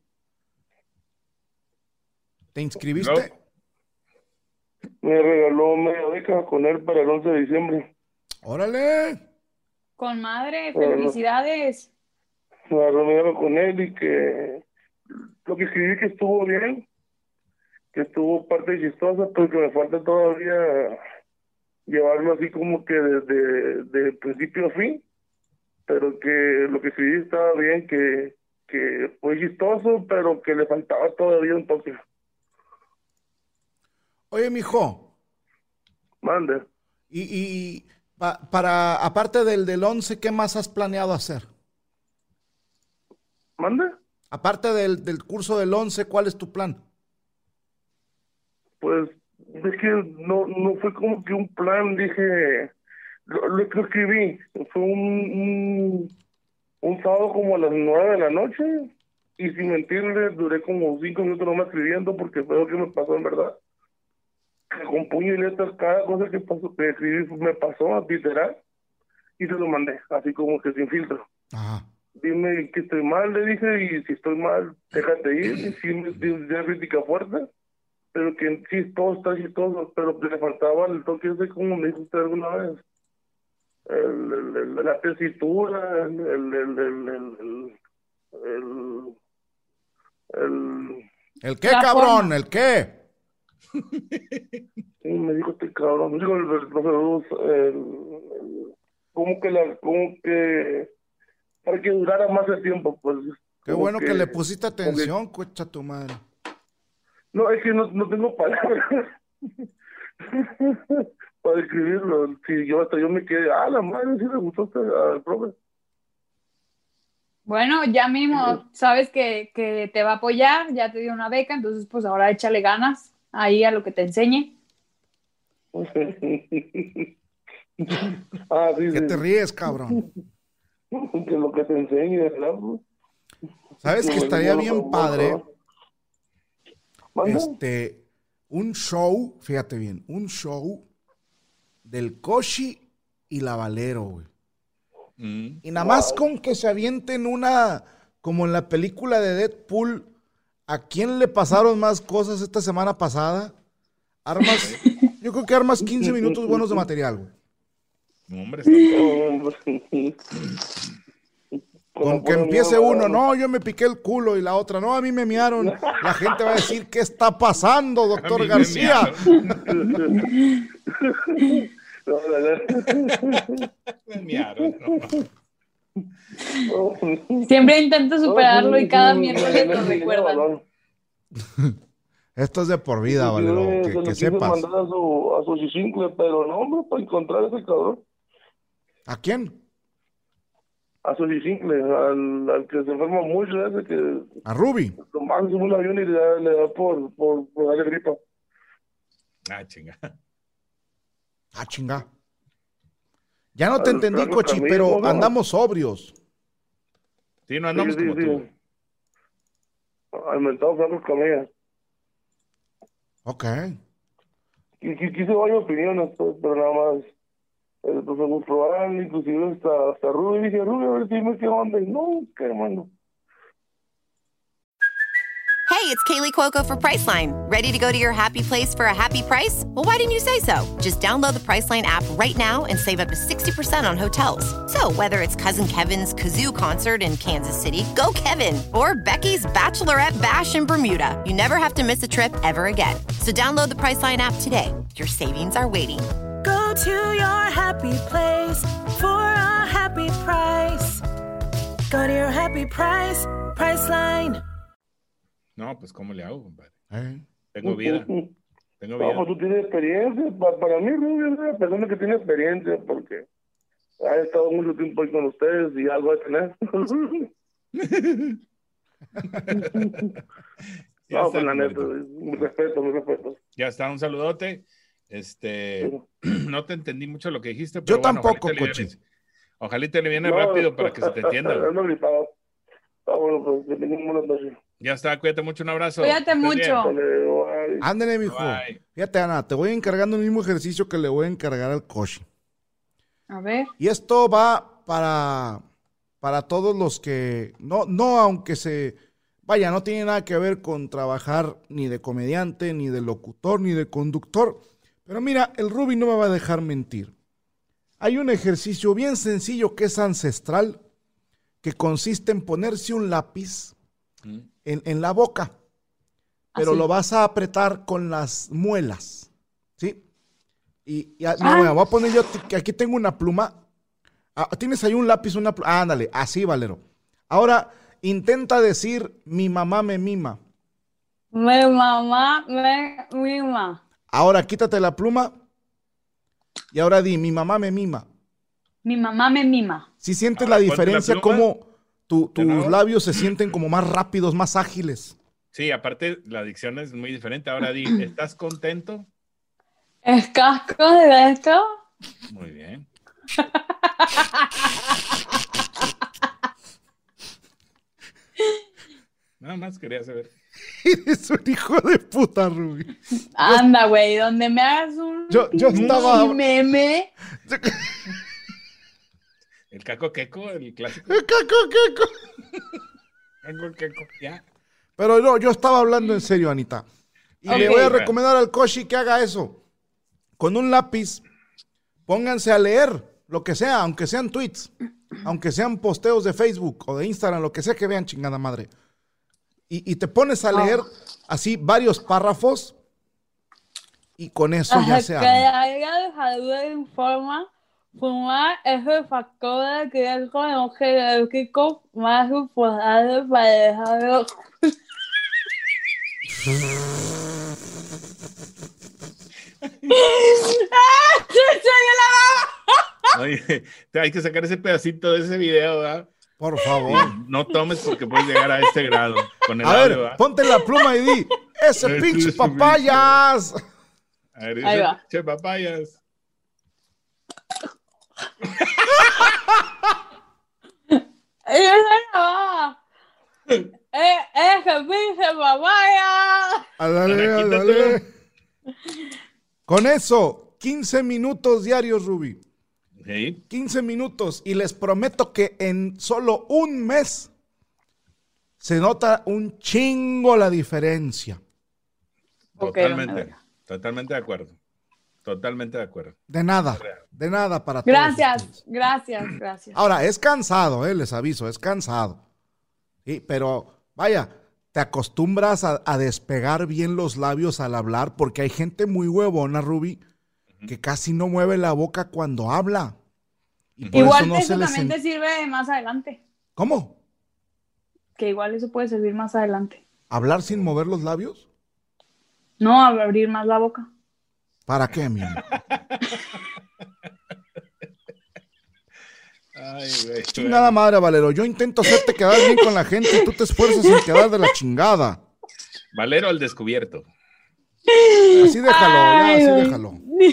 ¿Te inscribiste? Me regaló media beca con él para el 11 de diciembre. ¡Órale! Con madre, felicidades. Me reunieron con él y que lo que escribí que estuvo bien, que estuvo parte chistosa, pero que me falta todavía llevarlo así como que de principio a fin, pero que lo que escribí estaba bien, que fue chistoso, pero que le faltaba todavía un toque. Oye, mijo, Mande. aparte del 11, ¿qué más has planeado hacer? ¿Mande? Aparte del curso del 11, ¿cuál es tu plan? Pues es que no fue como que un plan, dije, lo que escribí, fue un sábado como a las 9 de la noche, y sin mentirle, duré como 5 minutos nomás escribiendo porque fue lo que me pasó en verdad. Con puño y letras, cada cosa que escribí me pasó, literal, y se lo mandé, así como que sin filtro. Ajá. Dime que estoy mal, le dije, y si estoy mal, déjate ir, y sí me dio crítica fuerte, pero que sí, todo está chistoso, pero que le faltaba el toque ese, como me dijo usted alguna vez. La tesitura, ¿El qué, cabrón? ¿El qué? Sí, me dijo este cabrón, digo el profesor, como que para que durara más el tiempo, pues. Qué bueno que le pusiste atención, cocha tu madre. No, es que no tengo palabras para describirlo. Si hasta yo me quedé, la madre, sí le gustó al profe. Bueno, ya mismo sabes que te va a apoyar, ya te dio una beca, entonces pues ahora échale ganas ahí a lo que te enseñe. Sí, ¿qué te ríes, cabrón? Que lo que te enseñe, ¿verdad? ¿Sabes que estaría bien padre? Un show, fíjate bien, un show del Koshi y la Valero, güey. Y nada más con que se avienten una, como en la película de Deadpool, ¿a quién le pasaron más cosas esta semana pasada? Yo creo que armas 15 minutos buenos de material, güey. No, hombre, con que empiece uno, no, yo me piqué el culo, y la otra, no, a mí me miaron. La gente va a decir, ¿qué está pasando, doctor García? Me miaron, Siempre intento superarlo y cada miércoles lo recuerdan. Esto es de por vida, Valero, que sepas. Mandar a su chicincle, pero no, hombre, para encontrar a ese cabrón. ¿A quién? A su chicincle, al que se enferma mucho, ese que... ¿A Ruby? Lo máximo en un avión y le da por darle gripa. Chinga. Ya no te entendí, Cochi, pero andamos sobrios. Sí, no andamos como tú. Al mentado Franco Camilla. Ok. Quise varias opiniones, pues, pero nada más. El profesor probar, inclusive hasta Rubio, dije, Rubio, a ver si me qué onda. Y no, qué hermano. Hey, it's Kaylee Cuoco for Priceline. Ready to go to your happy place for a happy price? Well, why didn't you say so? Just download the Priceline app right now and save up to 60% on hotels. So whether it's Cousin Kevin's Kazoo Concert in Kansas City, go Kevin, or Becky's Bachelorette Bash in Bermuda, you never have to miss a trip ever again. So download the Priceline app today. Your savings are waiting. Go to your happy place for a happy price. Go to your happy price, Priceline. No, pues ¿cómo le hago, compadre? Tengo vida. No, pues tú tienes experiencia. Para mí, Rubio es una persona que tiene experiencia porque ha estado mucho tiempo ahí con ustedes y algo de tener. No, pues la neta, mi respeto. Ya está, un saludote. No te entendí mucho lo que dijiste, Yo pero bueno, tampoco, Cochi. Ojalá te le viene rápido para que se te entienda. No gripado. Bueno, pues que tengan buenas noches. Ya está, cuídate mucho, un abrazo. Cuídate mucho. Ándale, mijo. Bye. Fíjate, Ana, te voy encargando el mismo ejercicio que le voy a encargar al Koshi. A ver. Y esto va para todos los que, no aunque vaya, no tiene nada que ver con trabajar ni de comediante, ni de locutor, ni de conductor. Pero mira, el Ruby no me va a dejar mentir. Hay un ejercicio bien sencillo que es ancestral, que consiste en ponerse un lápiz en la boca, pero lo vas a apretar con las muelas, ¿sí? Y me voy a poner yo, que aquí tengo una pluma. ¿Tienes ahí un lápiz, una pluma? Ándale, así, Valero. Ahora, intenta decir, mi mamá me mima. Mi mamá me mima. Ahora, quítate la pluma y ahora di, mi mamá me mima. Mi mamá me mima. Si sientes la diferencia, como tus labios se sienten como más rápidos, más ágiles. Sí, aparte la dicción es muy diferente. Ahora di, ¿estás contento? ¿Es casco de esto? Muy bien. Nada más quería saber. Eres un hijo de puta, Ruby. Anda, güey, donde me hagas un yo estaba meme. El caco queco, el clásico. El caco queco. Caco queco, ya. Pero no, yo estaba hablando en serio, Anita. Y le voy a recomendar al Koshi que haga eso. Con un lápiz, pónganse a leer lo que sea, aunque sean tweets, aunque sean posteos de Facebook o de Instagram, lo que sea que vean, chingada madre. Y te pones a leer así varios párrafos y con eso ya se Que arma. haya dejado de forma, fumar es el factor de riesgo oncológico más importante para dejarlo. Oye, hay que sacar ese pedacito de ese video, ¿verdad? Por favor. No tomes porque puedes llegar a este grado. Con el A audio, ver, ¿verdad? ponte la pluma y di, ese pinche papayas. A ver, Ahí va. Che, papayas. ¡Que pinche papaya! Dale. Con eso, 15 minutos diarios, Ruby. Sí. 15 minutos. Y les prometo que en solo un mes se nota un chingo la diferencia. Totalmente. Totalmente de acuerdo. Totalmente de acuerdo. De nada para todos Gracias, ustedes. gracias. Ahora, es cansado, les aviso, es cansado. Sí, pero vaya, te acostumbras a despegar bien los labios al hablar, porque hay gente muy huevona, Ruby, que casi no mueve la boca cuando habla. Y por Igual eso no eso se les también te sirve más adelante. ¿Cómo? Que igual eso puede servir más adelante. ¿Hablar sin mover los labios? No, abrir más la boca. ¿Para qué, mi amor? Ay, güey. Chingada madre, Valero. Yo intento hacerte quedar bien con la gente y tú te esfuerzas en quedar de la chingada. Valero al descubierto. Así déjalo, Ay, así güey. déjalo.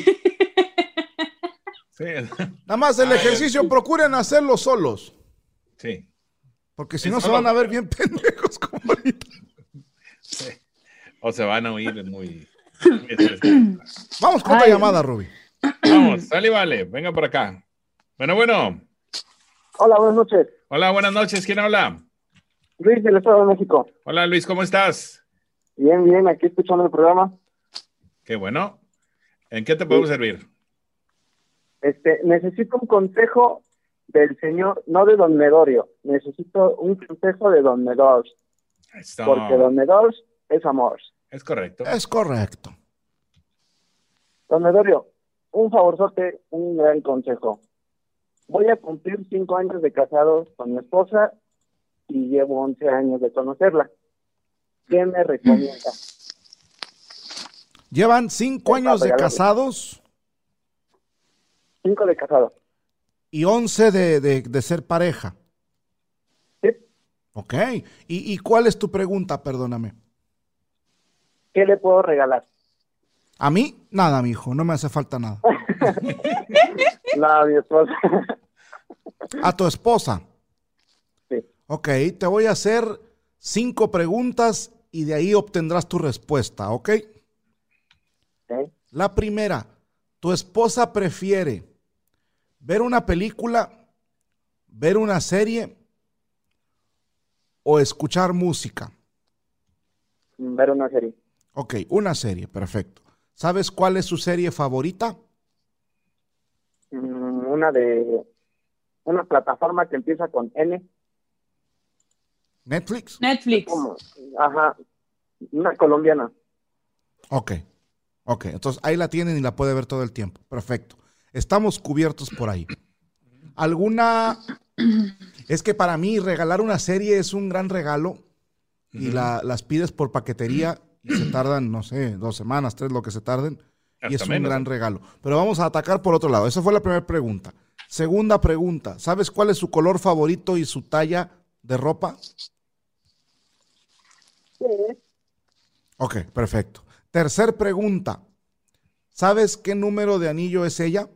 Sí. Nada más el ejercicio, procuren hacerlo solos. Sí. Porque si Sí, no se solo. van a ver bien pendejos como ahorita. Sí. O se van a oír muy estresantes. Vamos con otra llamada, Ruby. Vamos, sale y vale. Venga por acá. Bueno. Hola, buenas noches. Hola, buenas noches. ¿Quién habla? Luis del Estado de México. Hola, Luis, ¿cómo estás? Bien, aquí escuchando el programa. Qué bueno. ¿En qué te podemos servir? Necesito un consejo del señor, no de don Medorio. Necesito un consejo de don Medors. Esto Porque don Medors es amor. es correcto. Es correcto. Don Medorio, un favorzote, un gran consejo. Voy a cumplir 5 años de casado con mi esposa y llevo 11 años de conocerla. ¿Qué me recomienda? Llevan 5 años de casados 5 de casado. y 11 de ser pareja. Sí. Ok. ¿Y cuál es tu pregunta? Perdóname. ¿Qué le puedo regalar? A mí, nada, mijo. No me hace falta nada. Nada, a mi esposa. A tu esposa. Sí. Ok, te voy a hacer 5 preguntas y de ahí obtendrás tu respuesta, ¿ok? ¿Sí? La primera, ¿tu esposa prefiere ver una película, ver una serie o escuchar música? Ver una serie. Ok, una serie, perfecto. ¿Sabes cuál es su serie favorita? Una plataforma que empieza con N. ¿Netflix? Netflix. ¿Cómo? Ajá. Una colombiana. Ok, entonces ahí la tienen y la puede ver todo el tiempo. Perfecto. Estamos cubiertos por ahí. ¿Alguna? Es que para mí regalar una serie es un gran regalo y las pides por paquetería y se tardan, no sé, 2 semanas, 3, lo que se tarden. Y Hasta es un menos, gran regalo. Pero vamos a atacar por otro lado. Esa fue la primera pregunta. Segunda pregunta. ¿Sabes cuál es su color favorito y su talla de ropa? Sí. Ok, perfecto. Tercer pregunta. ¿Sabes qué número de anillo es ella?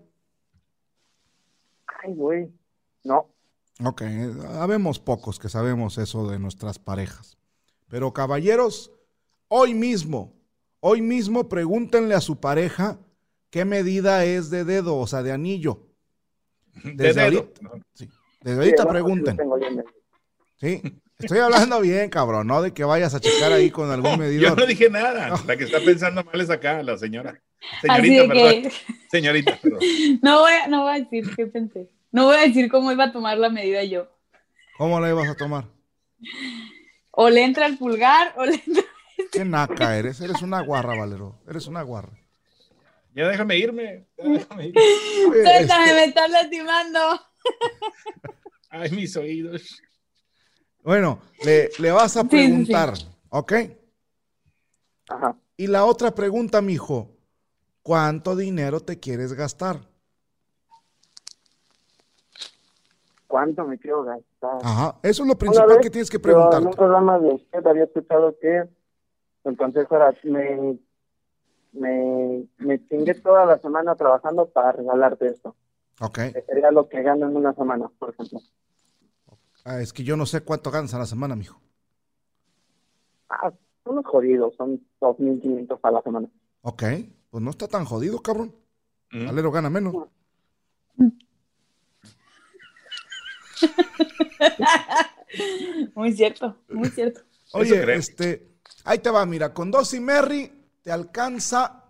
Ay, güey. No. Ok, habemos pocos que sabemos eso de nuestras parejas. Pero caballeros, hoy mismo pregúntenle a su pareja qué medida es de dedo, o sea, de anillo. Desde De dedo. ahorita, sí, desde ahorita Sí, pregunten. lo tengo bien. ¿Sí? Estoy hablando bien, cabrón, no de que vayas a checar ahí con algún medidor. Yo no dije nada. La que está pensando mal es acá, la señora. Así Señorita, de perdón. que Señorita, perdón. no voy a decir qué pensé. No voy a decir cómo iba a tomar la medida yo. ¿Cómo la ibas a tomar? O le entra el pulgar o le entra... Qué naca eres una guarra, Valero, eres una guarra. Ya déjame irme. Suéltame, me estás lastimando. Ay, mis oídos. Bueno, le vas a preguntar, sí. ¿Ok? Ajá. Y la otra pregunta, mijo, ¿cuánto dinero te quieres gastar? ¿Cuánto me quiero gastar? Ajá, eso es lo principal que tienes que preguntarte. En un programa de usted había escuchado que el consejo era, me chingué toda la semana trabajando para regalarte esto. Ok. Sería lo que gano en una semana, por ejemplo. Ah, es que yo no sé cuánto ganas a la semana, mijo. Son jodidos, son 2,500 a la semana. Ok, pues no está tan jodido, cabrón. Valero gana menos. Muy cierto, muy cierto. Oye, ahí te va, mira, con Dosi Merry te alcanza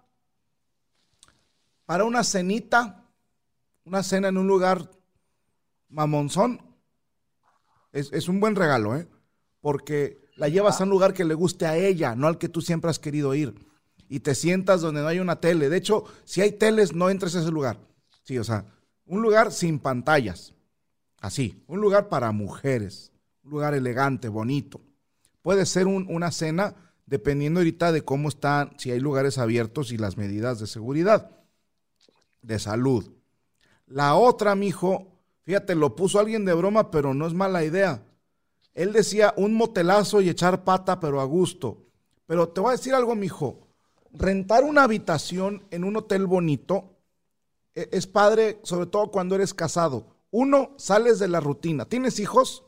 para una cenita, una cena en un lugar mamonzón. Es un buen regalo, porque la llevas a un lugar que le guste a ella, no al que tú siempre has querido ir. Y te sientas donde no hay una tele. De hecho, si hay teles, no entres a ese lugar. Sí, o sea, un lugar sin pantallas. Así, un lugar para mujeres. Un lugar elegante, bonito. Puede ser una cena, dependiendo ahorita de cómo están, si hay lugares abiertos y las medidas de seguridad, de salud. La otra, mijo, fíjate, lo puso alguien de broma, pero no es mala idea. Él decía un motelazo y echar pata, pero a gusto. Pero te voy a decir algo, mijo. Rentar una habitación en un hotel bonito es padre, sobre todo cuando eres casado. Uno, sales de la rutina. ¿Tienes hijos?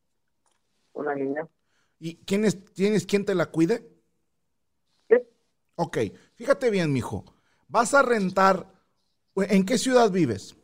Una niña. ¿Y tienes quien te la cuide? Sí. Ok, fíjate bien, mijo. Vas a rentar. ¿En qué ciudad vives?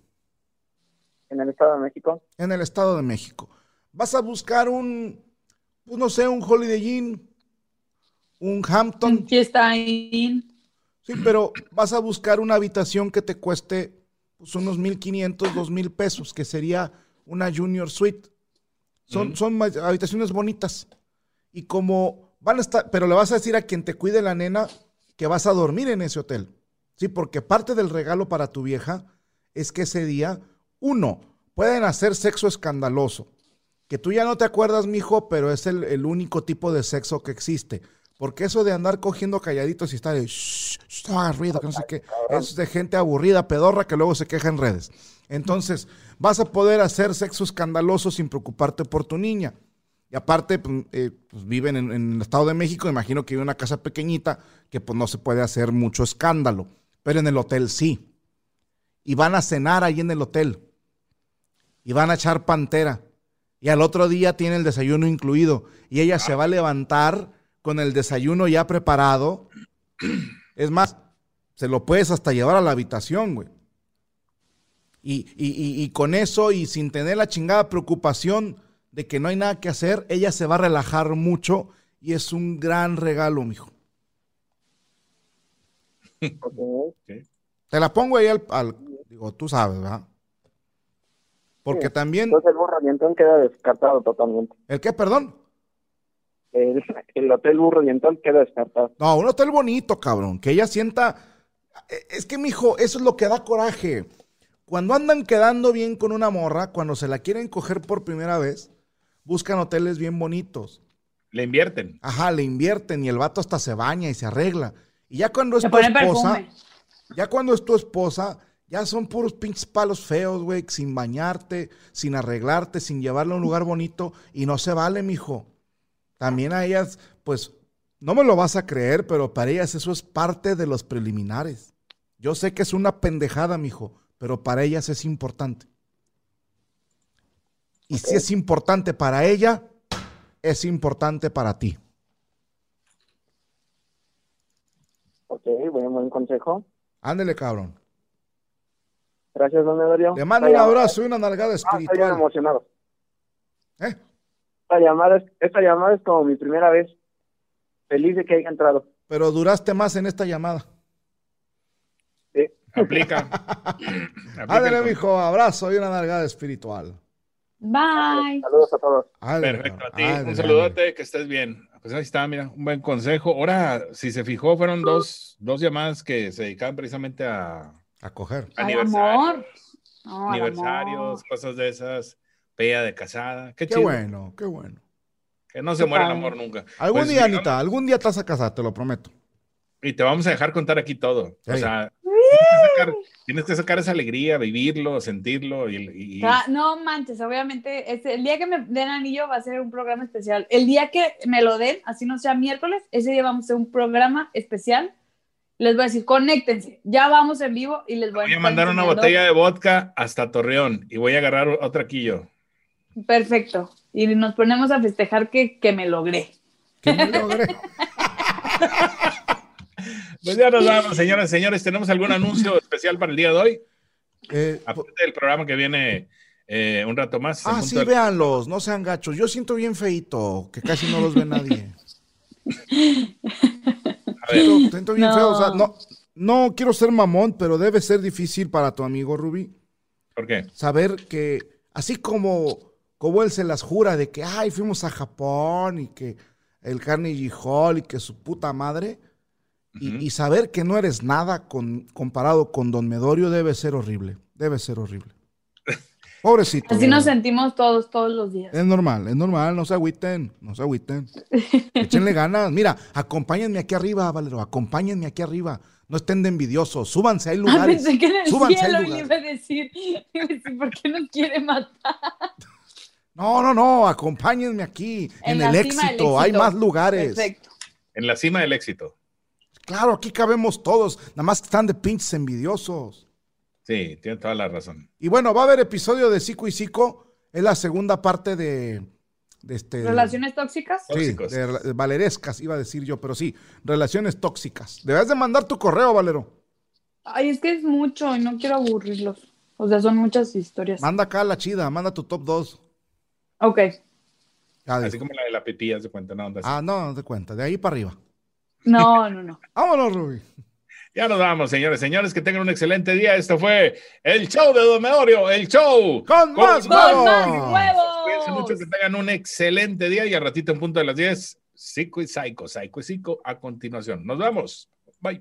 En el Estado de México. En el Estado de México. Vas a buscar un Holiday Inn, un Hampton. Fiesta Inn. Sí, pero vas a buscar una habitación que te cueste pues, unos 1,500, 2,000 pesos, que sería una Junior Suite. Son habitaciones bonitas. Y como van a estar, pero le vas a decir a quien te cuide la nena que vas a dormir en ese hotel. Sí, porque parte del regalo para tu vieja es que ese día, pueden hacer sexo escandaloso. Que tú ya no te acuerdas, mijo, pero es el único tipo de sexo que existe. Porque eso de andar cogiendo calladitos y estar de no hagas ruido, que no sé qué, es de gente aburrida, pedorra, que luego se queja en redes. Entonces, vas a poder hacer sexo escandaloso sin preocuparte por tu niña. Y aparte, pues viven en el Estado de México, imagino que vive en una casa pequeñita, que pues no se puede hacer mucho escándalo. Pero en el hotel sí. Y van a cenar ahí en el hotel. Y van a echar pantera. Y al otro día tiene el desayuno incluido. Y ella se va a levantar con el desayuno ya preparado. Es más, se lo puedes hasta llevar a la habitación, güey. Y con eso y sin tener la chingada preocupación de que no hay nada que hacer, ella se va a relajar mucho y es un gran regalo, mijo. Okay. Te la pongo ahí digo, tú sabes, ¿verdad? Porque sí, también... Entonces el Burro Dientón queda descartado totalmente. ¿El qué, perdón? El hotel Burro Dientón queda descartado. No, un hotel bonito, cabrón. Que ella sienta... Es que, mijo, eso es lo que da coraje. Cuando andan quedando bien con una morra, cuando se la quieren coger por primera vez, buscan hoteles bien bonitos. Le invierten. Ajá, le invierten y el vato hasta se baña y se arregla. Y ya cuando es tu esposa, ya son puros pinches palos feos, güey, sin bañarte, sin arreglarte, sin llevarla a un lugar bonito, y no se vale, mijo. También a ellas, pues, no me lo vas a creer, pero para ellas eso es parte de los preliminares. Yo sé que es una pendejada, mijo, pero para ellas es importante. Y si es importante para ella, es importante para ti. Ok, buen consejo. Ándele, cabrón. Gracias, don Edorio. Le mando un abrazo y una nalgada espiritual. Estoy emocionado. Esta llamada es como mi primera vez. Feliz de que haya entrado. Pero duraste más en esta llamada. Sí. Aplica. Ándale, mijo, abrazo y una nalgada espiritual. Bye. Saludos a todos. Perfecto, a ti. Un saludote, que estés bien. Pues ahí está, mira, un buen consejo. Ahora, si se fijó, fueron dos llamadas que se dedicaban precisamente a coger. Aniversarios, cosas de esas, peda de casada. Qué chido. Bueno, qué bueno. Que no se muere el amor nunca. Algún Pues, día, Anita, algún día te vas a casar, te lo prometo. Y te vamos a dejar contar aquí todo. Sí. O sea, tienes que sacar esa alegría, vivirlo, sentirlo. Y... No manches, obviamente, el día que me den anillo va a ser un programa especial. El día que me lo den, así no sea miércoles, ese día vamos a hacer un programa especial. Les voy a decir, conéctense, ya vamos en vivo y les voy a mandar una botella de vodka hasta Torreón y voy a agarrar otro aquí yo. Perfecto. Y nos ponemos a festejar que me logré. Que me logré. Pues ya nos vamos, señoras y señores. ¿Tenemos algún anuncio especial para el día de hoy? Aparte del programa que viene un rato más. Sí, véanlos, no sean gachos. Yo siento bien feito, que casi no los ve nadie. Siento bien feo. O sea, no quiero ser mamón, pero debe ser difícil para tu amigo Rubí. ¿Por qué? Saber que, así como él se las jura de que, fuimos a Japón y que el Carnegie Hall y que su puta madre... Y saber que no eres nada comparado con Don Medorio debe ser horrible. Pobrecito. Así nos sentimos todos los días. Es normal, no se agüiten. Échenle ganas. Mira, acompáñenme aquí arriba, Valero, acompáñenme aquí arriba. No estén de envidiosos, súbanse, hay lugares. Pensé que en el súbanse, cielo le iba a decir, ¿por qué nos quiere matar? No, acompáñenme aquí, en el éxito, hay más lugares. Perfecto. En la cima del éxito. Claro, aquí cabemos todos, nada más que están de pinches envidiosos. Sí, tiene toda la razón. Y bueno, va a haber episodio de Cico y Cico, es la segunda parte de ¿Relaciones tóxicas? Sí, de valerescas, iba a decir yo, pero sí, relaciones tóxicas. Debes de mandar tu correo, Valero. Es que es mucho y no quiero aburrirlos. O sea, son muchas historias. Manda acá la chida, manda tu top 2. Ok. Así como la de la pipilla, se cuenta, ¿no? No te cuenta, de ahí para arriba. No. Vámonos, Rubí. Ya nos vamos, señores, que tengan un excelente día. Esto fue el show de Don Medorio, el show con más huevos. Cuídense mucho, que tengan un excelente día y al ratito en punto de las 10, Cico y Cico a continuación. Nos vemos. Bye.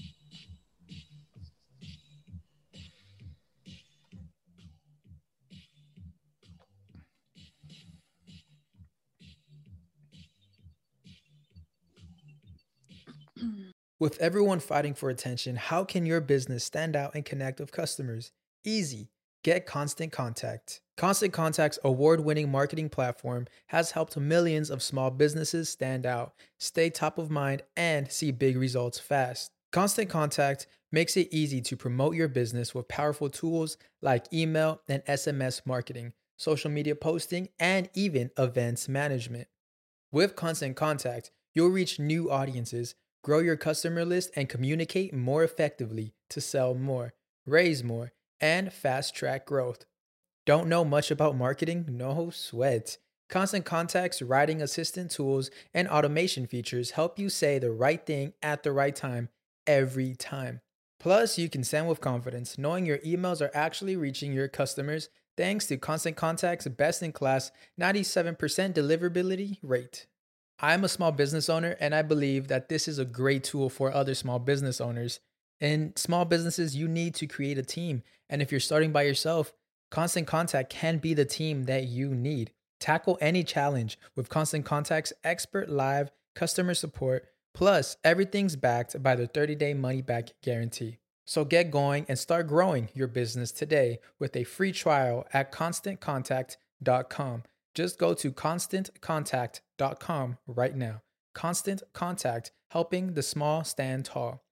With everyone fighting for attention, how can your business stand out and connect with customers? Easy. Get Constant Contact. Constant Contact's award-winning marketing platform has helped millions of small businesses stand out, stay top of mind, and see big results fast. Constant Contact makes it easy to promote your business with powerful tools like email and SMS marketing, social media posting, and even events management. With Constant Contact, you'll reach new audiences, grow your customer list, and communicate more effectively to sell more, raise more, and fast-track growth. Don't know much about marketing? No sweat. Constant Contact's writing assistant tools and automation features help you say the right thing at the right time, every time. Plus, you can send with confidence, knowing your emails are actually reaching your customers thanks to Constant Contact's best-in-class 97% deliverability rate. I'm a small business owner, and I believe that this is a great tool for other small business owners. In small businesses, you need to create a team. And if you're starting by yourself, Constant Contact can be the team that you need. Tackle any challenge with Constant Contact's expert live customer support. Plus, everything's backed by the 30-day money-back guarantee. So get going and start growing your business today with a free trial at ConstantContact.com. Just go to ConstantContact.com right now. Constant Contact, helping the small stand tall.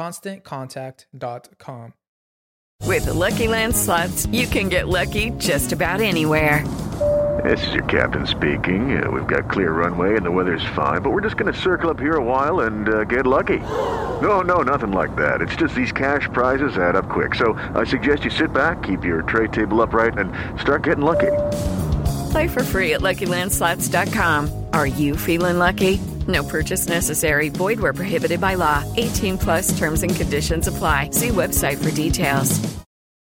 ConstantContact.com. With the Lucky Land Slots, you can get lucky just about anywhere. This is your captain speaking. We've got clear runway and the weather's fine, but we're just going to circle up here a while and get lucky. No, nothing like that. It's just these cash prizes add up quick. So I suggest you sit back, keep your tray table upright, and start getting lucky. Play for free at LuckyLandSlots.com. Are you feeling lucky? No purchase necessary. Void where prohibited by law. 18+ terms and conditions apply. See website for details.